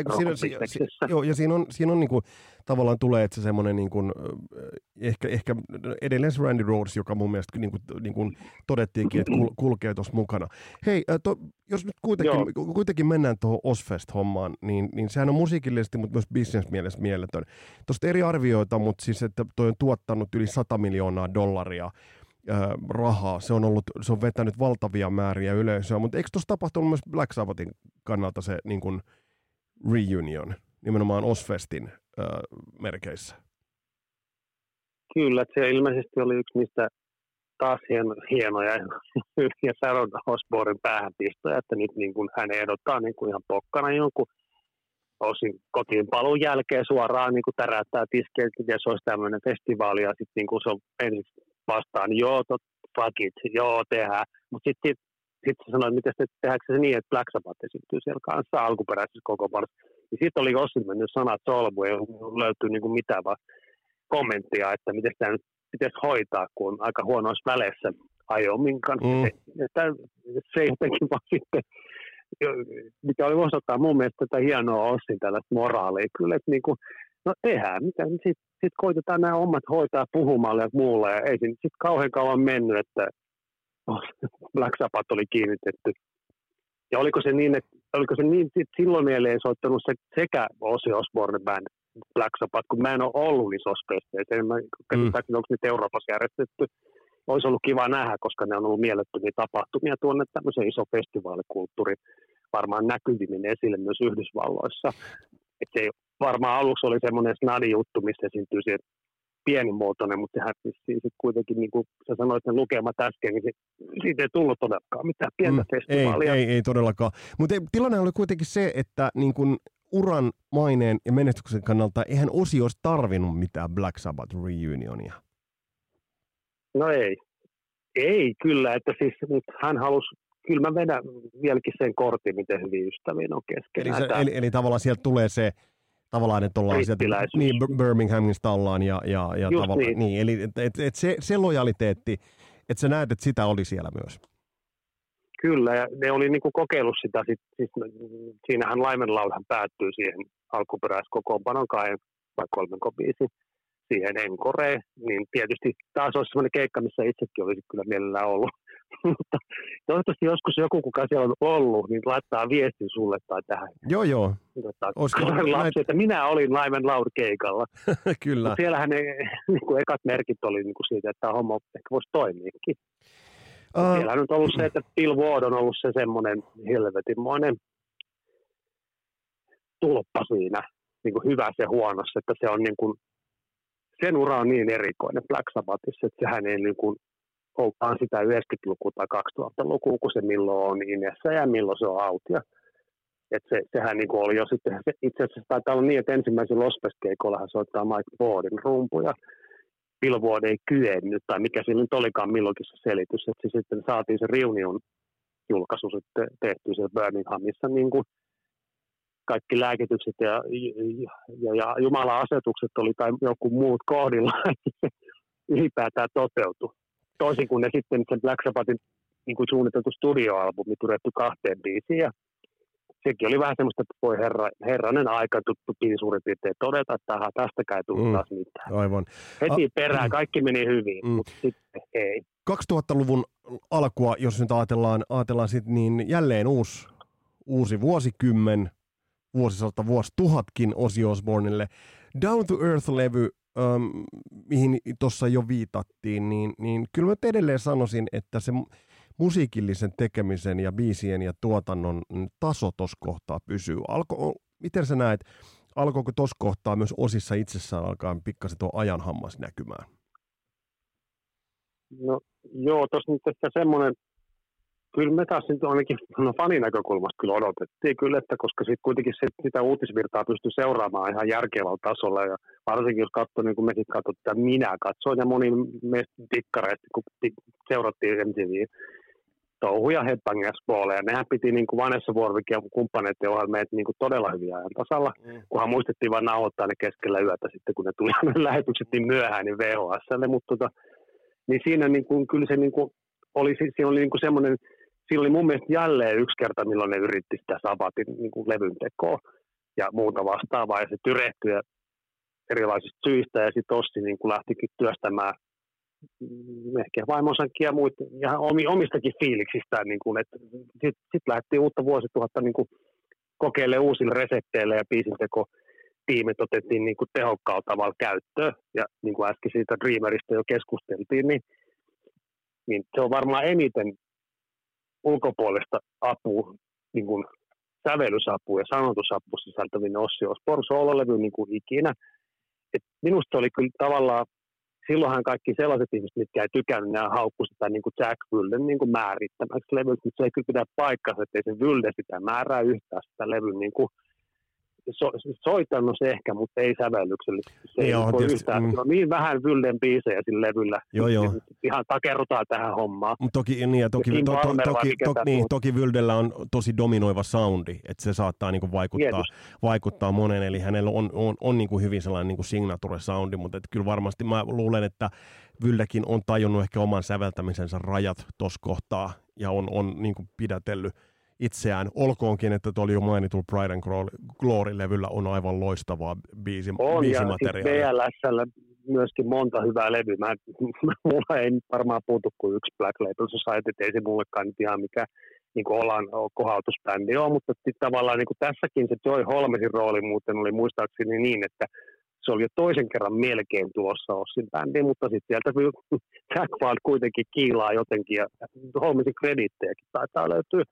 ja siinä on niin kuin, tavallaan tulee, että se semmoinen niin kuin, ehkä edelleen se Randy Rhoads, joka mun mielestä niin kuin todettiinkin, että kulkee tuossa mukana. Hei, jos nyt kuitenkin mennään tuohon Ozzfest-hommaan, niin sehän on musiikillisesti, mutta myös business-mielessä mieletön. Tuosta eri arvioita, mutta siis, että toi on tuottanut yli $100 miljoonaa rahaa. Se on vetänyt valtavia määriä yleisöä, mutta eikö tuossa tapahtunut myös Black Sabbathin kannalta se niin kuin reunion, nimenomaan Ozzfestin merkeissä? Kyllä, se ilmeisesti oli yksi niistä taas hienoja ja Sharon Osbournen päähänpistoja, että nyt niin kuin hän ehdottaa niin kuin ihan pokkana jonkun osin kotiin paluun jälkeen suoraan niin kuin täräyttää tiskeen, ja se olisi tämmöinen festivaali, ja sitten niin kuin se on ensin vastaan, joo, fuck it, joo, tehdään. Mutta sitten se sanoi, että miten tehdäänkö se niin, että Black Sabbath esiintyy siellä kanssa alkuperäisessä kokoonpanossa. Ja sitten oli Ossin mennyt sanat solmuun, ei löytyy niin kuin mitään vaan kommenttia, että miten sitä nyt pitäisi hoitaa, kun on aika huonoissa väleissä Ajomin kanssa. Se jotenkin vaan sitten, mikä oli osoittaa mun mielestä tätä hienoa Ossin tällaista moraalia kyllä, että niin kuin, no tehdään, mitä sitten koitetaan nämä hommat hoitaa puhumalla ja muulla, ja ei sitten kauhean kauan mennyt, että Black Sabbath oli kiinnitetty. Ja oliko se niin, silloin mieleen soittanut sekä Ozzy Osbourne band Black Sabbath, kun mä en ole ollut niissä Ozzfesteissä, en mä käsittääkseni, onko niitä Euroopassa järjestetty. Olisi ollut kiva nähdä, koska ne on ollut mielettömiä tapahtumia tuonne tämmöisen iso festivaalikulttuuri varmaan näkyvimmin esille myös Yhdysvalloissa. Että se varmaan aluksi oli semmoinen snadi juttu, missä esiintyy se pienimuotoinen, mutta sehän sitten kuitenkin, niin kuin sä sanoit sen lukemat äsken, niin siitä ei tullut todellakaan mitään pientä festivaalia. Ei todellakaan. Mutta tilanne oli kuitenkin se, että niin kun uran, maineen ja menestyksen kannalta eihän Ozzy olisi tarvinnut mitään Black Sabbath reunionia. No ei kyllä, että siis hän halusi, kyllä mä vedän vieläkin sen kortin, miten hyvin ystäviä on keskenään. Eli tavallaan sieltä tulee se, tavallaan, että ollaan sieltä, niin Birminghamista ollaan ja tavallaan, niin. Eli se lojaliteetti, että sä näet, että sitä oli siellä myös. Kyllä, ja ne oli niinku kokeillut sitä, siis siinähän Laimen Loudhan päättyy siihen alkuperäiskokoonpanon 2 vai 3 biisin siihen enkoreen, niin tietysti taas olisi sellainen keikka, missä itsekin olisi kyllä mielellään ollut. Mutta toivottavasti joskus joku, kuka siellä on ollut, niin laittaa viestin sulle tai tähän. Joo. Lapsi, että minä olin Laimen Loud keikalla. Kyllä. Mutta siellähän ne niin ekat merkit oli niin siitä, että tämä homma ehkä voisi toimiakin. Siellä on nyt ollut se, että Bill Ward on ollut se semmoinen helvetinmoinen tulppa siinä, niin kuin hyvässä ja huonossa, että se on niin kuin, sen ura on niin erikoinen Black Sabbathissa, että sehän ei niin kuin oltaan sitä 90-lukua tai 2000-lukua, kun se milloin on inessä ja milloin se on out. Että sehän niin kuin oli jo sitten, itse asiassa taitaa olla niin, että ensimmäisellä Ozzfest-keikollahan soittaa Mike Wardin rumpuja. Bill Ward ei kyennyt, tai mikä sillä nyt olikaan milloinkin se selitys, että sitten saatiin se reunion julkaisu sitten tehty siellä Birminghamissa, niin kuin kaikki lääkitykset ja Jumalan asetukset oli tai joku muut kohdilla, ylipäätään toteutui. Toisin kuin ne sitten sen Black Sabbathin niin kuin suunniteltu studioalbumi turettu 2 biisiin. Ja sekin oli vähän semmoista, että voi herranen aika tuttiin suurin piirtein todeta, että tästäkään ei tullut taas mitään. Aivan. Heti perään kaikki meni hyvin, mutta sitten ei. 2000-luvun alkua, jos nyt ajatellaan sit, niin jälleen uusi vuosikymmen, vuosituhatkin Ozzy Osbournelle. Down to Earth-levy, mihin tuossa jo viitattiin, niin kyllä mä edelleen sanoisin, että se musiikillisen tekemisen ja biisien ja tuotannon taso tuossa kohtaa pysyy. Miten sä näet, alkoiko tuossa kohtaa myös osissa itsessään alkaa pikkasen tuo ajan hammas näkymään? No joo, tuossa nyt ehkä semmoinen, kyllä me taas ainakin fanin näkökulmasta kyllä odotettiin kyllä, että koska sitten kuitenkin sitä uutisvirtaa pystyy seuraamaan ihan järkevällä tasolla ja varsinkin jos katsoo, niin kuin me sitten katsottiin, minä katsoin ja moni meistä tikkareista, kun seurattiin MTV touhuja Headbangers Ballia, ja nehän piti niin kuin Vanessa Warwick ja kumppaneiden ohjelmeet niin kuin todella hyviä ajan tasalla, kunhan muistettiin vaan nauhoittaa ne keskellä yötä sitten, kun ne tuli lähetykset niin myöhään niin VHS:lle, mutta niin siinä niin kuin, kyllä se niin kuin, siinä oli niin kuin semmoinen, siinä oli mun mielestä jälleen yksi kerta, milloin ne yritti sitä Sabbathin niin kuin levyn tekoa ja muuta vastaavaa, ja se tyrehtyi erilaisista syistä, ja sitten Ossi niin kuin lähtikin työstämään ehkä vaimonsakin ja muita ihan omistakin fiiliksistään, niin kuin, että sitten lähdettiin uutta vuosituhatta niin kuin kokeilemaan uusilla resepteillä ja biisinteko tiimit otettiin niin kuin tehokkaalla tavalla käyttöön, ja niin kuin äsken siitä Dreamerista jo keskusteltiin, niin se on varmaan eniten ulkopuolesta apua, niin kuin sävellysapua ja sanotusapua sisältävinen Ozzy Osbourne soololevy niin kuin ikinä. Et minusta oli kyllä tavallaan, silloinhan kaikki sellaiset ihmiset, mitkä ei tykännyt, ne haukku sitä niin kuin Jack Wylden niin kuin määrittämäksi levyltä, mutta se ei kyllä pitää paikkansa, että ei se Wylde sitä määrää yhtään sitä levyn niin kuin soitanut se ehkä, mutta ei sävellyksellisesti. Se ei voi yhtään. On niin vähän Wylden biisejä sillä levyllä. Joo. Ihan takerrutaan tähän hommaan. Toki Wyldellä on tosi dominoiva soundi, että se saattaa niinku vaikuttaa monen, eli hänellä on niinku hyvin sellainen niinku signature soundi, mutta kyllä varmasti mä luulen, että Wyldekin on tajunnut ehkä oman säveltämisensä rajat tuossa kohtaa ja on niinku pidätellyt itseään. Olkoonkin, että tuolla jo mainitulla Pride and Glory-levyllä on aivan loistavaa biisimateriaalia. On, ja BLS:llä myöskin monta hyvää levyä. Mulla ei varmaan puutu kuin yksi Black Label Society, ei se mullekaan nyt ihan mikä niin kuin ollaan kohautusbändi on, mutta tavallaan niin kuin tässäkin se Joy Holmesin rooli muuten oli muistaakseni niin, että se oli jo toisen kerran melkein tulossa Ozzyn bändiin, mutta sitten sieltä Jack Wild kuitenkin kiilaa jotenkin, ja Holmesin krediittejäkin taitaa löytyä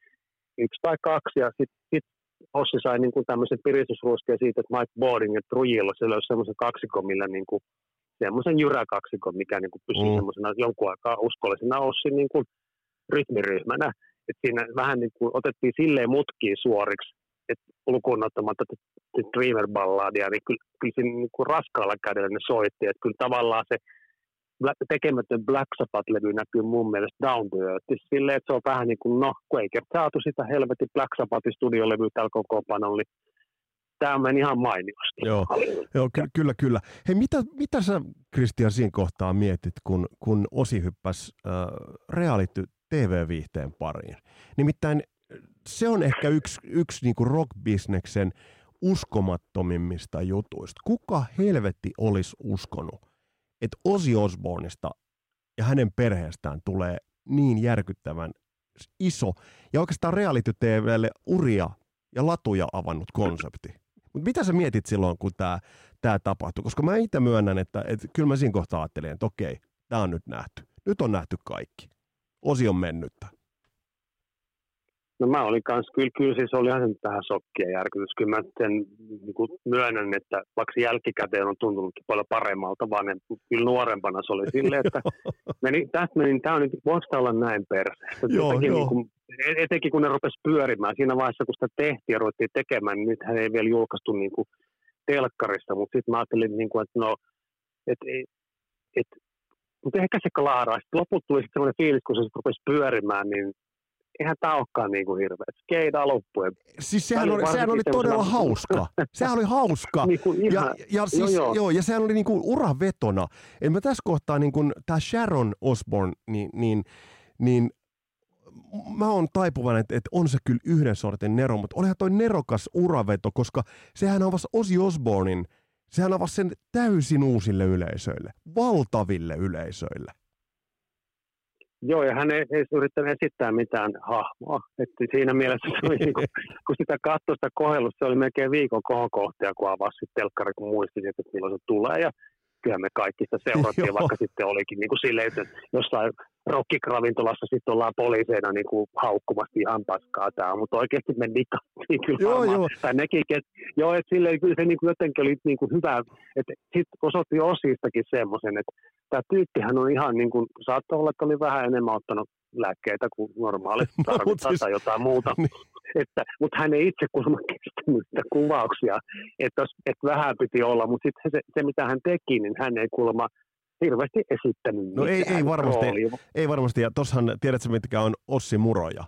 1 tai 2, ja sitten Ozzy sai niin kuin tämmöisen piristysruiskeen siitä, että Mike Bording ja Trujillo, se löysi semmoisen kaksikon, millä niin kuin, semmoisen jyräkaksikon, mikä niin kuin pysyi semmoisena jonkun aikaa uskollisena Ozzyn niin kuin rytmiryhmänä. Et siinä vähän niin kuin otettiin silleen mutkiin suoriksi, että lukuun ottamatta Dreamer-balladia, niin kyllä siinä niin kuin raskaalla kädellä ne soitti, että kyllä tavallaan se tekemätön Black Sabbath-levy näkyy mun mielestä Down to Earth. Silleen, että se on vähän niin kuin, Quaker saatu sitä helvetin Black Sabbathin studiolevyä tällä kokoonpanolla, niin tämä meni ihan mainiosti. Joo, kyllä. Hei, mitä sä, Kristian, siinä kohtaa mietit, kun Ozzy hyppäsi reality TV-viihteen pariin? Nimittäin se on ehkä yksi niin kuin rock-bisneksen uskomattomimmista jutuista. Kuka helvetti olisi uskonut, että Ozzy Osbourneista ja hänen perheestään tulee niin järkyttävän iso ja oikeastaan reality-TVlle uria ja latuja avannut konsepti. Mutta mitä sä mietit silloin, kun tämä tapahtui? Koska mä itse myönnän, että kyllä mä siinä kohtaa ajattelin, että okei, tämä on nyt nähty. Nyt on nähty kaikki. Ozzy on mennyttä. No mä olin kanssa, kyllä siis oli ihan tähän shokki ja järkytys. Kyllä mä sen niin myönnän, että vaikka jälkikäteen on tuntunutkin paljon paremmalta, vaan kyllä nuorempana se oli silleen, että tämä on nyt, voiko tämä olla näin perseestä? Etenkin kun ne rupesi pyörimään siinä vaiheessa, kun sitä tehtiin ja ruvettiin tekemään, niin nythän ei vielä julkaistu niin kuin telkkarissa, mutta sitten mä ajattelin, niin kuin, mutta ehkä se klaaraa. Sitten loput tuli sitten sellainen fiilis, kun se rupesi pyörimään, niin eihän tää olekaan niin kuin hirveä. Skeidaa loppuen. Siis sehän oli todella hauska. Sehän oli hauska. Niin kuin ihan, ja sehän oli niin kuin uravetona. Et mä tässä kohtaa niin kuin tää Sharon Osbourne, niin mä oon taipuvainen, että on se kyllä yhden sortin nero, mutta olihan toi nerokas uraveto, koska sehän avasi Ozzy Osbournein, sehän avasi sen täysin uusille yleisöille, valtaville yleisöille. Joo, ja hän ei yrittänyt esittää mitään hahmoa. Että siinä mielessä se oli, kun sitä katsoi sitä kohellusta, se oli melkein viikon kohokohtia, kun avasi sitten telkkari, kun muisti, että milloin se tulee. Ja kyllähän me kaikki sitä seurattiin, vaikka sitten olikin niin kuin silleen, että jossain rockik-ravintolassa sitten ollaan poliiseina niin kuin haukkumasti ihan paskaa tää, mutta oikeasti me nikattiin kyllä varmaan. Tai nekin, että silleen kyllä se niin kuin jotenkin oli niin kuin hyvä, että sitten osoitti Osistakin semmoisen, että tämä tyyppihän on ihan niin kuin, saattoi olla, että oli vähän enemmän ottanut lääkkeitä kuin normaalisti tarvittaa tai jotain muuta. Mutta hän ei itse kuulemma kestänyt sitä kuvauksia, että vähän piti olla, mutta sitten se, mitä hän teki, niin hän ei kuulemma hirveästi esittänyt mitään. No ei varmasti, ja tossahan tiedätkö mitkä on Ossi Muroja?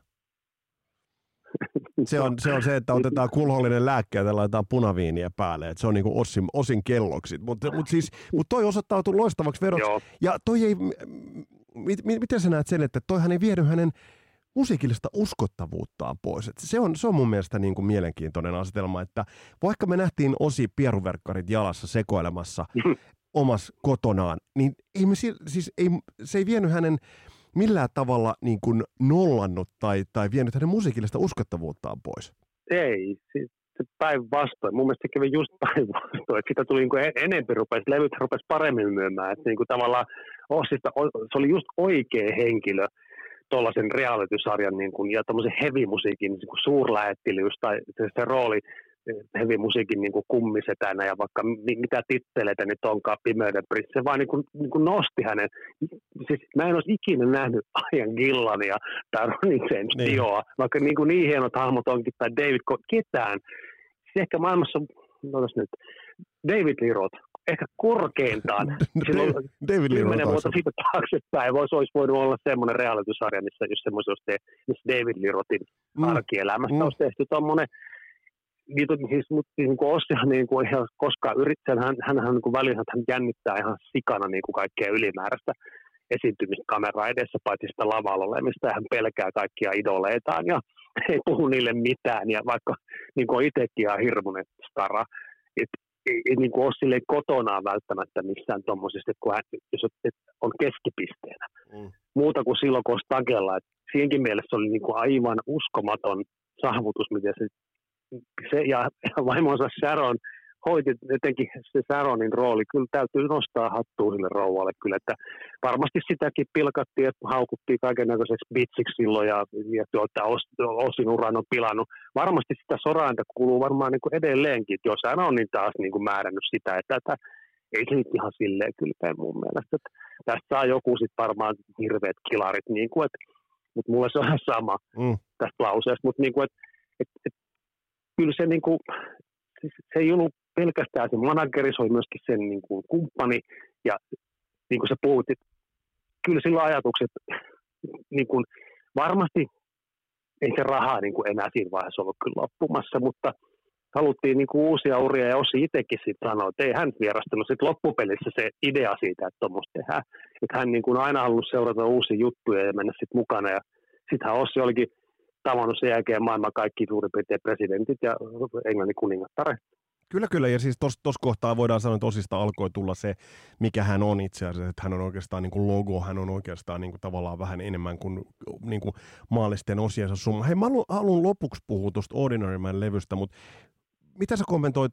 Se on se, että otetaan kulhollinen lääkkeet ja laitetaan punaviiniä päälle, että se on niinku Ossin kelloksit, mutta toi osoittautui loistavaksi vedoksi, ja toi ei, miten sä näet sen, että toihan ei viedä hänen musiikillista uskottavuuttaan pois. Et se on mun mielestä niin kuin mielenkiintoinen asetelma, että vaikka me nähtiin Ozzy pieruverkkarit jalassa sekoilemassa omassa kotonaan, niin se ei vienyt hänen millään tavalla niin kuin nollannut tai vienyt hänen musiikillista uskottavuuttaan pois. Ei, siis päinvastoin. Mun mielestä se kävi just päinvastoin, että sitä tuli niin kuin enemmän levyt rupesi paremmin myymään. Että niin kuin tavallaan Ozzysta, se oli just oikea henkilö tuollaisen reality-sarjan niin kuin, ja tuommoisen heavy-musiikin niin kuin suurlähettilyys tai se rooli heavy-musiikin niin kuin kummisetänä ja vaikka mitä titteleitä nyt onkaan, Pimeyden prinssi, se vaan niin kuin nosti hänen. Siis mä en olisi ikinä nähnyt Ian Gillania tai Ronnie James Dioa, vaikka niin hienot hahmot onkin, tai David ketään. Siis ehkä maailmassa, nyt, David Lee Roth, ehkä korkeintaan. David Lee 10 vuotta siitä taaksepäin olisi voinut olla semmoinen reality-sarja, missä David Lee Rothin arkielämästä olisi tehty tuommoinen. Niin kuin Ossihan niin kuin ihan koskaan yrittää, hänhän niin kuin välillä hän jännittää ihan sikana niin kuin kaikkea ylimääräistä esiintymistä kamera edessä, paitsi sitä lavalla olemista, ja hän pelkää kaikkia idoleitaan ja ei puhu niille mitään, ja vaikka niin kuin itsekin ihan hirmuinen stara, ei niin kuin ole silleen kotonaan välttämättä missään tuommoisesta, kun jos on keskipisteenä. Muuta kuin silloin, kun olisi takella. Siinäkin mielessä oli niin kuin aivan uskomaton saavutus, miten se ja vaimonsa Sharon hoiti jotenkin se Sharonin rooli. Kyllä täytyy nostaa hattua sille rouvalle kyllä, että varmasti sitäkin pilkattiin, että haukuttiin kaikennäköiseksi bitsiksi silloin ja Osin uran on pilannut. Varmasti sitä sorainta kuuluu varmaan niin kuin edelleenkin, että jos hän on niin taas niin kuin määrännyt sitä, että ei se nyt ihan silleen kyllä mun mielestä. Että tästä saa joku sitten varmaan hirveät kilarit, niin kuin, mutta mulle se on ihan sama tästä lauseesta, mutta niin kuin, että kyllä se, niin kuin, se ei ollut pelkästään se manageri, se oli myöskin sen niin kuin, kumppani, ja niin kuin sä puhut, kyllä sillä ajatukset, niin kuin, varmasti ei se rahaa niin kuin enää siinä vaiheessa ollut kyllä loppumassa, mutta haluttiin niin kuin uusia uria, ja Ossi itsekin sitten sanoi, että ei hän vierastanut sitten loppupelissä se idea siitä, että tuommoista tehdään. Että hän niin kuin aina halunnut seurata uusia juttuja ja mennä sitten mukana, ja sittenhän Ossi olikin tavannut sen jälkeen maailman kaikki suurin piirtein presidentit ja Englannin kuningattare. Kyllä, ja siis tuossa kohtaa voidaan sanoa, että Ossista alkoi tulla se, mikä hän on itse asiassa, että hän on oikeastaan niin kuin logo, hän on oikeastaan niin kuin tavallaan vähän enemmän kuin, niin kuin maallisten osiensa summa. Hei, mä haluan lopuksi puhua tuosta Ordinary Man-levystä, mutta mitä sä kommentoit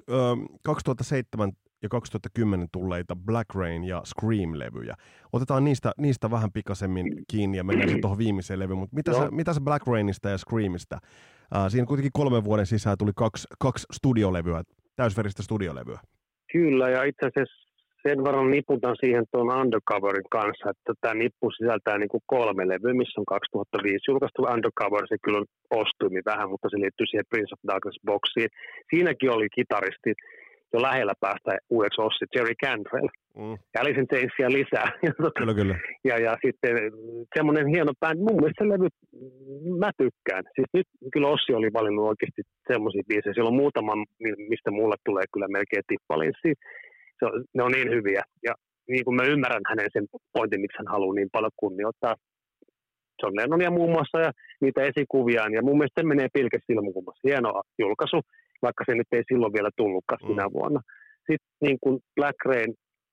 2007 ja 2010 tulleita Black Rain ja Scream-levyjä? Otetaan niistä vähän pikaisemmin kiinni ja mennään sitten tuohon viimeiseen levyyn, mutta mitä sä Black Rainista ja Screamista? Siinä kuitenkin 3 vuoden sisään tuli kaksi studiolevyä, täysveristä studiolevyä. Kyllä, ja itse asiassa sen verran niputan siihen tuon Undercoverin kanssa, että tämä nippu sisältää niin kuin 3 levyä, missä on 2005 julkaistu Undercover, se kyllä on postumi vähän, mutta se liittyy siihen Prince of Darkness boxiin. Siinäkin oli kitaristi, jo lähellä päästä uudeksi Ossi, Jerry Cantrell. Ja Alice Chainsia lisää. Kyllä. Ja sitten semmoinen hieno bändi, mun mielestä se levy, mä tykkään. Siis nyt kyllä Ossi oli valinnut oikeasti semmoisia biisejä. Siellä on muutama, mistä mulle tulee kyllä melkein tippalinssia. Ne on niin hyviä. Ja niin kuin mä ymmärrän hänen sen pointin, miksi hän haluaa niin paljon kunnioittaa John Lennonia muun muassa ja niitä esikuviaan. Ja mun mielestä se menee pilkäs silmukummassa. Hieno julkaisu, vaikka se nyt ei silloin vielä tullutkaan sinä vuonna. Sitten niin kuin Black Rain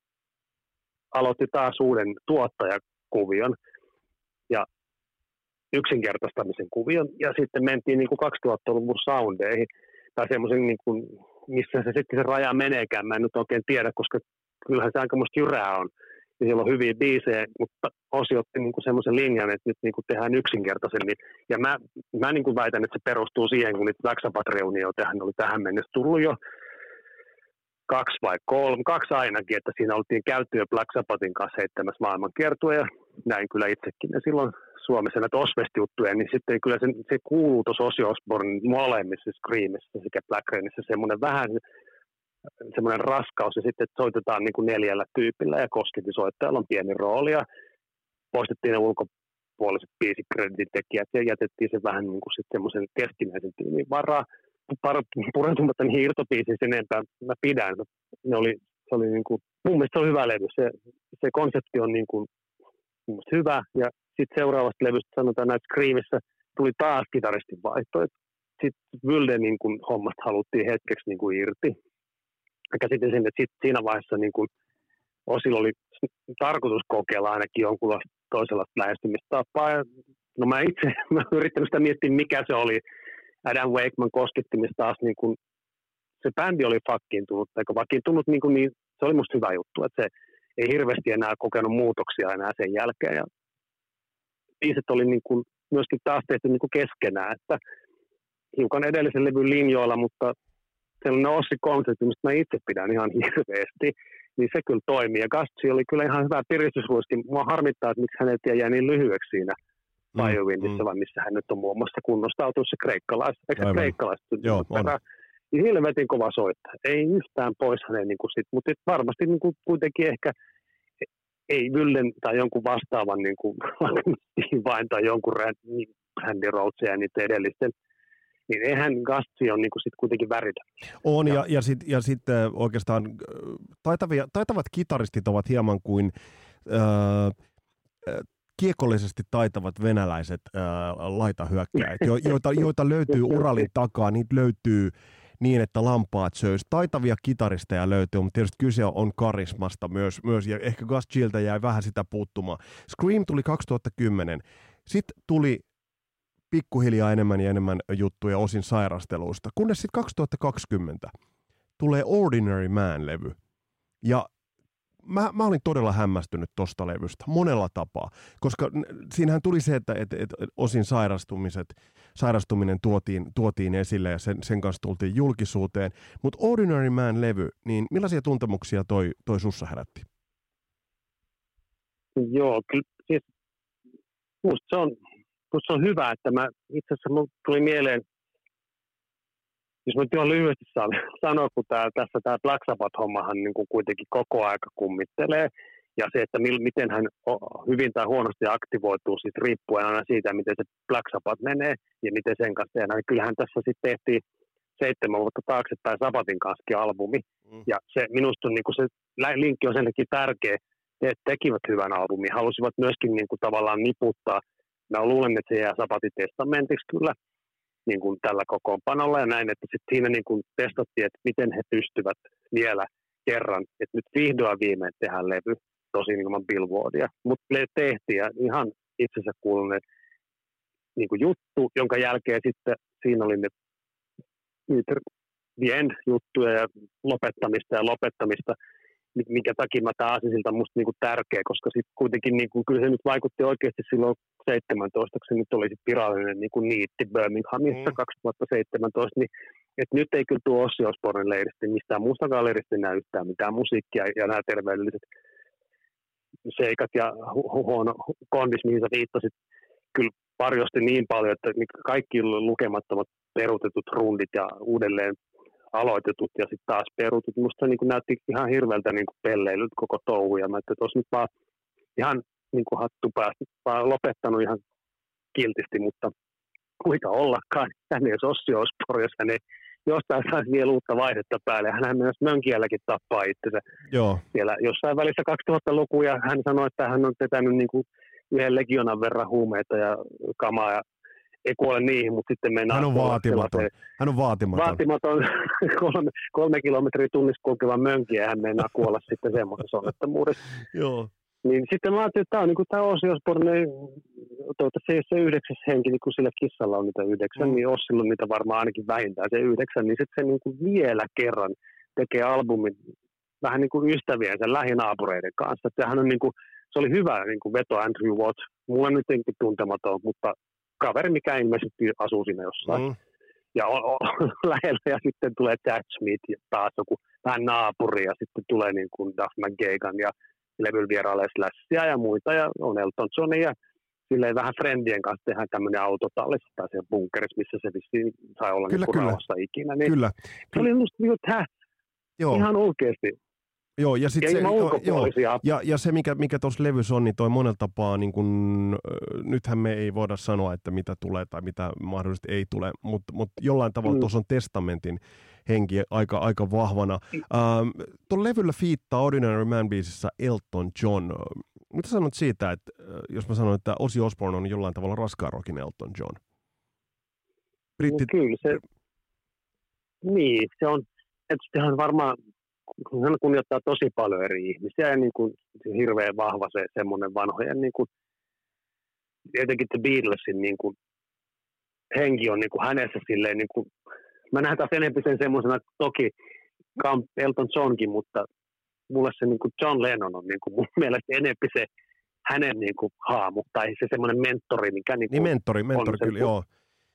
aloitti taas uuden tuottajakuvion ja yksinkertaistamisen kuvion. Ja sitten mentiin niin kuin 2000-luvun soundeihin tai semmoisen, niin kuin, missä se sitten se raja meneekään. Mä en nyt oikein tiedä, koska kyllähän se aika musta jyrää on. Ja siellä on hyviä biisejä, mutta Ossi otti niin kuin semmoisen linjan, että nyt niin kuin tehdään yksinkertaisemmin. Ja mä niin kuin väitän, että se perustuu siihen, kun niitä Black Sabbath-reunioita oli tähän mennessä tullut jo 2 vai 3, 2 ainakin, että siinä oltiin käyty jo Black Sabbathin kanssa 7. maailmankiertue, ja näin kyllä itsekin. Ja silloin Suomessa näitä Osvest-juttuja, niin sitten kyllä se kuuluu tuossa Ozzy Osbournen molemmissa Screamissä sekä Black Rainissa semmoinen vähän semmoinen raskaus, ja sitten soitetaan niin kuin 4 tyypillä, ja kosketinsoittajalla on pieni rooli, ja poistettiin ne ulkopuoliset biisikreditintekijät, ja jätettiin se vähän niin kuin sitten semmoisen keskinäisen tiimin varaa. Purentumatta niihin irtobiisiin sen enempää mä pidän. Se oli niin kuin, mun mielestä se on hyvä levy. Se konsepti on niin kuin, mun mielestä hyvä, ja sitten seuraavasta levystä sanotaan näitä Screamissä tuli taas kitaristin vaihto. Sitten Vylden niin kuin hommasta haluttiin hetkeksi niin kuin irti. Ja käsitin sen, että siinä vaiheessa niin kuin Osilla oli tarkoitus kokeilla ainakin jonkunlaista toisenlaista lähestymistapaa. No mä oon yrittänyt sitä miettiä, mikä se oli. Adam Wakeman koskettimista taas, niin kuin, se bändi oli vakiintunut, niin se oli musta hyvä juttu, että se ei hirveästi enää kokenut muutoksia enää sen jälkeen. Ja biiset oli niin kuin, myöskin taas tehty niin kuin keskenään, että hiukan edellisen levyn linjoilla, mutta sellainen Ossi-konsepti, mistä mä itse pidän ihan hirveästi, niin se kyllä toimii. Ja Gastsi oli kyllä ihan hyvä piristysruiski. Mua harmittaa, että miksi hänet jäi niin lyhyeksi siinä Biowindissä, vai missä hän nyt on muun muassa kunnostautunut se kreikkalaiset. Eikö se kreikkalaiset? Joo, on. Niin helvetin kova soittaa. Ei yhtään pois hänen, niin kuin sit, mutta varmasti niin kuin kuitenkin ehkä ei Vylden tai jonkun vastaavan niin kuin vain tai jonkun Randy Rhodesia ja niiden edellisten, niin eihän Gastsi on niin kuin sit kuitenkin väritä. On, ja sitten oikeastaan taitavat kitaristit ovat hieman kuin kiekollisesti taitavat venäläiset laitahyökkäjät, joita löytyy Uralin takaa, niitä löytyy niin, että lampaat söisi. Taitavia kitaristeja löytyy, mutta tietysti kyse on karismasta myös ja ehkä Gastsilta jäi vähän sitä puuttumaan. Scream tuli 2010, sitten tuli pikkuhiljaa enemmän ja enemmän juttuja osin sairasteluista, kunnes sitten 2020 tulee Ordinary Man-levy, ja Mä olin todella hämmästynyt tosta levystä monella tapaa, koska siinähän tuli se, että osin sairastuminen tuotiin esille ja sen kanssa tultiin julkisuuteen, mutta Ordinary Man-levy, niin millaisia tuntemuksia toi sussa herätti? Joo, kyllä siis musta se on hyvä, että itse asiassa mulle tuli mieleen, jos mä nyt lyhyesti sanoa, kun tässä tämä Black Sabbath-hommahan niin kuin kuitenkin koko aika kummittelee, ja se, että miten hän hyvin tai huonosti aktivoituu, siis riippuen aina siitä, miten se Black Sabbath menee, ja miten sen kanssa tehdään. Niin kyllähän tässä sitten tehtiin 7 vuotta taaksepäin Sabbathin kanssa albumi, ja se minusta on, niin kuin se linkki on senkin tärkeä, että tekivät hyvän albumin, halusivat myöskin niin kuin tavallaan niputtaa. Mä luulen, että se jää Sabbathin testamentiksi kyllä, niin kuin tällä kokoonpanolla ja näin, että sitten siinä niin kuin testattiin, että miten he pystyvät vielä kerran, että nyt vihdoin viimein tehdään levy, tosi ilman Billboardia, mutta tehtiin ja ihan itsensä kuulunen niin kuin juttu, jonka jälkeen sitten siinä oli niitä the end-juttuja ja lopettamista, minkä takia mä tämä asia siltä musta niinku tärkeä, koska sitten kuitenkin niinku, kyllä se nyt vaikutti oikeasti silloin 17, kun se nyt oli virallinen niinku niitti Birminghamissa 2017, niin että nyt ei kyllä tuo Ozzy Osbournen leiristä mistään muustakaan leiristä näy yhtään mitään musiikkia ja nämä terveydelliset seikat ja huono kondis, mihin sä viittasit, kyllä varjosti niin paljon, että kaikki lukemattomat peruutetut rundit ja uudelleen aloitetut ja sitten taas perutut. Musta niin kuin näytti ihan hirveältä niin kuin pelleilyt koko touhu, ja mä ajattelin, että olisi nyt vaan ihan niin kuin hattu päästä, vaan lopettanut ihan kiltisti, mutta kuinka ollakaan, hän ei olisi Ossi Osborn, jos hän ei jostain saisi vielä uutta vaihdetta päälle. Hän myös Mönkielläkin tappaa itsensä. Joo. Siellä jossain välissä 2000-luku, ja hän sanoi, että hän on vetänyt niin kuin yhden legionan verran huumeita ja kamaa, ja ei kuole niihin, mutta sitten mennään... Hän on vaatimaton. Hän on vaatimaton. Vaatimaton 3 kilometriä tunnissa kulkeva mönki, ja hän meinaa kuolla sitten semmoisessa onnettomuudessa. Joo. Niin sitten mä ajattelin, että tämä on niin kuin tämä Ossi Osborn, se 9. henki, niin kun sillä kissalla on niitä 9, niin Ossilla on niitä varmaan ainakin vähintään se 9, niin sitten se niin kuin vielä kerran tekee albumin vähän niin kuin ystäviensä lähinaapureiden kanssa. Että hän on niin kuin, se oli hyvä niin kuin veto Andrew Watt, mulla on nyt jotenkin tuntematon, mutta kaveri, mikä ilmeisesti asuu siinä jossain. Ja on lähellä, ja sitten tulee Chad Smith ja taas joku vähän naapuri, ja sitten tulee niin kuin Duff McGagan ja levyllä vierailee Slashia ja muita, ja on Elton John, ja silleen vähän friendien kanssa tehdään tämmöinen autotallissa tai siellä bunkerissa, missä se vissiin sai olla niin rauhassa ikinä. Niin Kyllä. Se oli musta niin kuin, ihan oikeasti. Joo, ja sitten se, se mikä tuossa levyssä on, niin toi monella tapaa, niin kun, nythän me ei voida sanoa, että mitä tulee tai mitä mahdollisesti ei tule, mutta jollain tavalla tuossa on testamentin henki aika vahvana. Tuolla levyllä fiittaa Ordinary Man-biisissä Elton John. Mitä sanot siitä, että jos mä sanon, että Ozzy Osbourne on jollain tavalla raskaan rockin Elton John? No, kyllä se, niin, se on, että sehän varmaan, hän kunnioittaa tosi paljon eri ihmisiä ja niin kuin hirveän vahva se semmoinen vanhojen, niin kuin, jotenkin The Beatlesin niin kuin, henki on niin kuin hänessä silleen, niin kuin, mä näen taas enemmän sen semmoisena, toki Elton Johnkin, mutta mulle se niin kuin John Lennon on niin kuin mun mielestä enemmän se hänen niin kuin haamu, tai se semmoinen mentori, mikä niin kuin mentori kyllä, joo.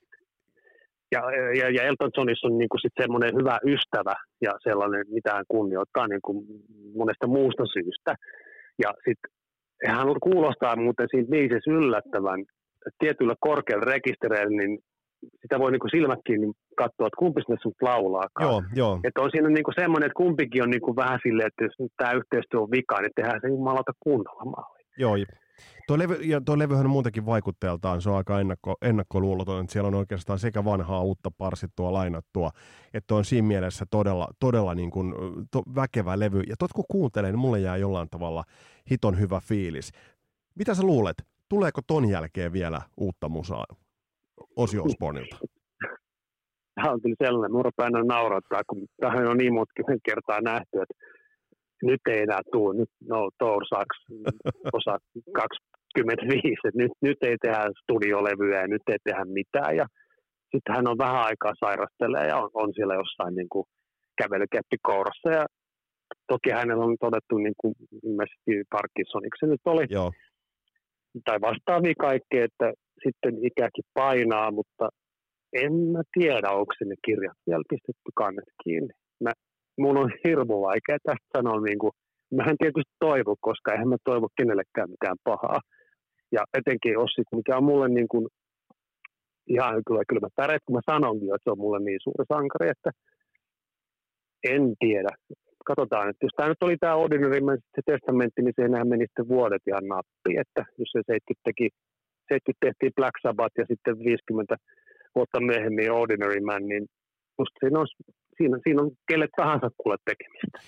Ja Elton Johnissa on niin kuin sit semmoinen hyvä ystävä ja sellainen, mitä hän kunnioittaa niin kuin monesta muusta syystä. Ja sitten hän kuulostaa muuten siinä biisissä yllättävän tietyillä korkeilla rekistereillä, niin sitä voi niin kuin silmät kiinni katsoa, että kumpi sinne sun laulaakaan. Joo. Että on siinä niin kuin semmoinen, että kumpikin on niin kuin vähän silleen, että jos nyt tämä yhteistyö on vika, niin tehdään se jumalauta kunnolla malli. Joo, tuo levyhän on muutenkin vaikuttajaltaan, se on aika ennakkoluuloton, että siellä on oikeastaan sekä vanhaa uutta parsittua, lainattua, että on siinä mielessä todella niin kuin, väkevä levy. Ja kun kuuntelee, niin mulle jää jollain tavalla hiton hyvä fiilis. Mitä sä luulet, tuleeko ton jälkeen vielä uutta musaa Ozzy Osbourneilta? Tämä on kyllä sellainen, minun rupeaa naurattaa, kun tähän on niin monta kertaa nähty, että nyt ei enää tule, nyt Tour Sax osa 25, että nyt ei tehdä studiolevyjä ja nyt ei tehdä mitään. Ja sitten hän on vähän aikaa sairastelee ja on siellä jossain niin kuin kävelykeppi kourassa. Ja toki hänellä on todettu niin kuin ilmeisesti Parkinsoniksi se nyt oli. Joo. Tai vastaavia kaikkea, että sitten ikäkin painaa, mutta en mä tiedä, onko sinne kirjat vielä pistetty kannet kiinni. Mun on hirmu vaikea tästä sanoa, niin kuin, mä en tietysti toivo, koska eihän mä toivo kenellekään mitään pahaa. Ja etenkin Ossi, mikä on mulle niin kuin, ihan kyllä mä pärjät, kun mä sanonkin, että se on mulle niin suuri sankari, että en tiedä. Katsotaan, että jos tämä nyt oli tämä Ordinary Man, se testamentti, niin sehän meni sitten vuodet ihan nappiin, että jos se 70 tehtiin Black Sabbath ja sitten 50 vuotta myöhemmin Ordinary Man, niin musta siinä on kelle tahansa kuule tekemistä.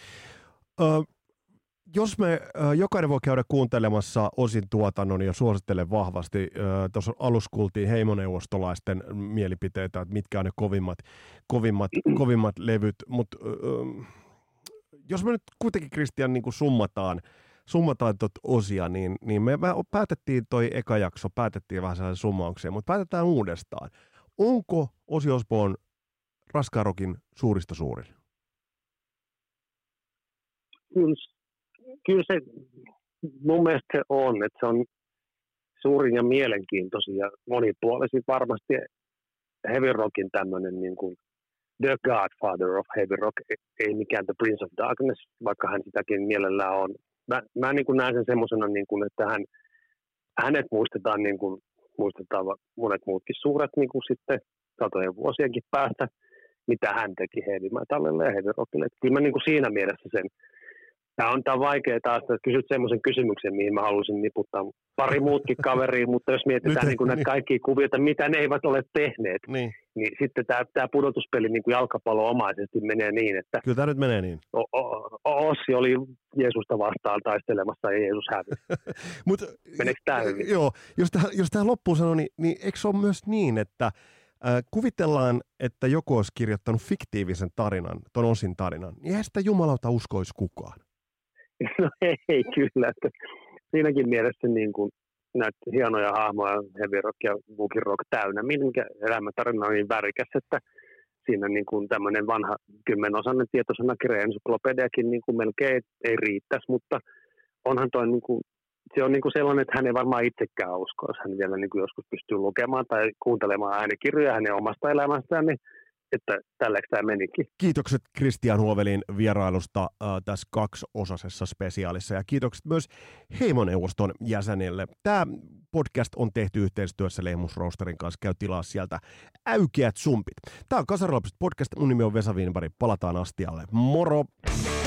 Jos me jokainen voi käydä kuuntelemassa Ozzyn tuotannon ja suosittelen vahvasti, tuossa alussa kuultiin heimoneuvostolaisten mielipiteitä, että mitkä on ne kovimmat levyt, mutta jos me nyt kuitenkin, Kristian, niin kuin summataan Ozzya, niin me päätettiin toi eka jakso, päätettiin vähän sellaisen summaukseen, mutta päätetään uudestaan. Onko Ozzy Osbourne raskaan rockin suurista suurin? Kyllä se mun mielestä se on, että se on suurin ja mielenkiintoisin ja monipuolisin varmasti heavy rockin tämmöinen niin kuin the godfather of heavy rock, ei mikään the prince of darkness, vaikka hän sitäkin mielellään on. Mä niin kuin näen sen semmoisena, niin kuin, että hänet muistetaan niin kuin muistetaan monet muutkin suuret niin kuin sitten satojen vuosienkin päästä. mitä hän teki heavy metallille ja heavy rockille. Kyllä mä niin kuin siinä mielessä sen. Tämä on vaikea taas, että kysyt semmoisen kysymyksen, mihin mä halusin niputtaa pari muutkin kaveria, mutta jos mietitään niin näitä kaikkia kuvioita, mitä ne eivät ole tehneet, niin sitten tämä pudotuspeli niin kuin jalkapallo-omaisesti menee niin, että kyllä tämä nyt menee niin. Ossi oli Jeesusta vastaan taistelemassa ja Jeesus hävisi. Meneekö tämä hyvin? Joo, jos tämä loppuun sanoo, niin eikö se ole myös niin, että kuvitellaan, että joku olisi kirjoittanut fiktiivisen tarinan, ton Ossin tarinan, niin eihän sitä jumalauta uskoisi kukaan. No ei kyllä, että siinäkin mielessä niin kuin näitä hienoja hahmoja, heavy rock ja boogie rock täynnä, minkä elämäntarina on niin värikäs, että siinä niin kuin tämmöinen vanha 10-osainen tietosanakirja ensyklopediakin niin kuin melkein ei riittäisi, mutta onhan toi niin kuin, se on niin kuin sellainen, että hän ei varmaan itsekään usko, jos hän vielä niin kuin joskus pystyy lukemaan tai kuuntelemaan äänikirjoja hänen omasta elämästään, niin että tälleksi tämä menikin. Kiitokset Kristian Huovelin vierailusta tässä 2-osaisessa spesiaalissa ja kiitokset myös Heimoneuvoston jäsenille. Tämä podcast on tehty yhteistyössä Leemus Roasterin kanssa. Käy tilaa sieltä äykeät sumpit. Tämä on Kasarilapset podcast. Mun nimi on Vesa Wienberg. Palataan astialle. Moro!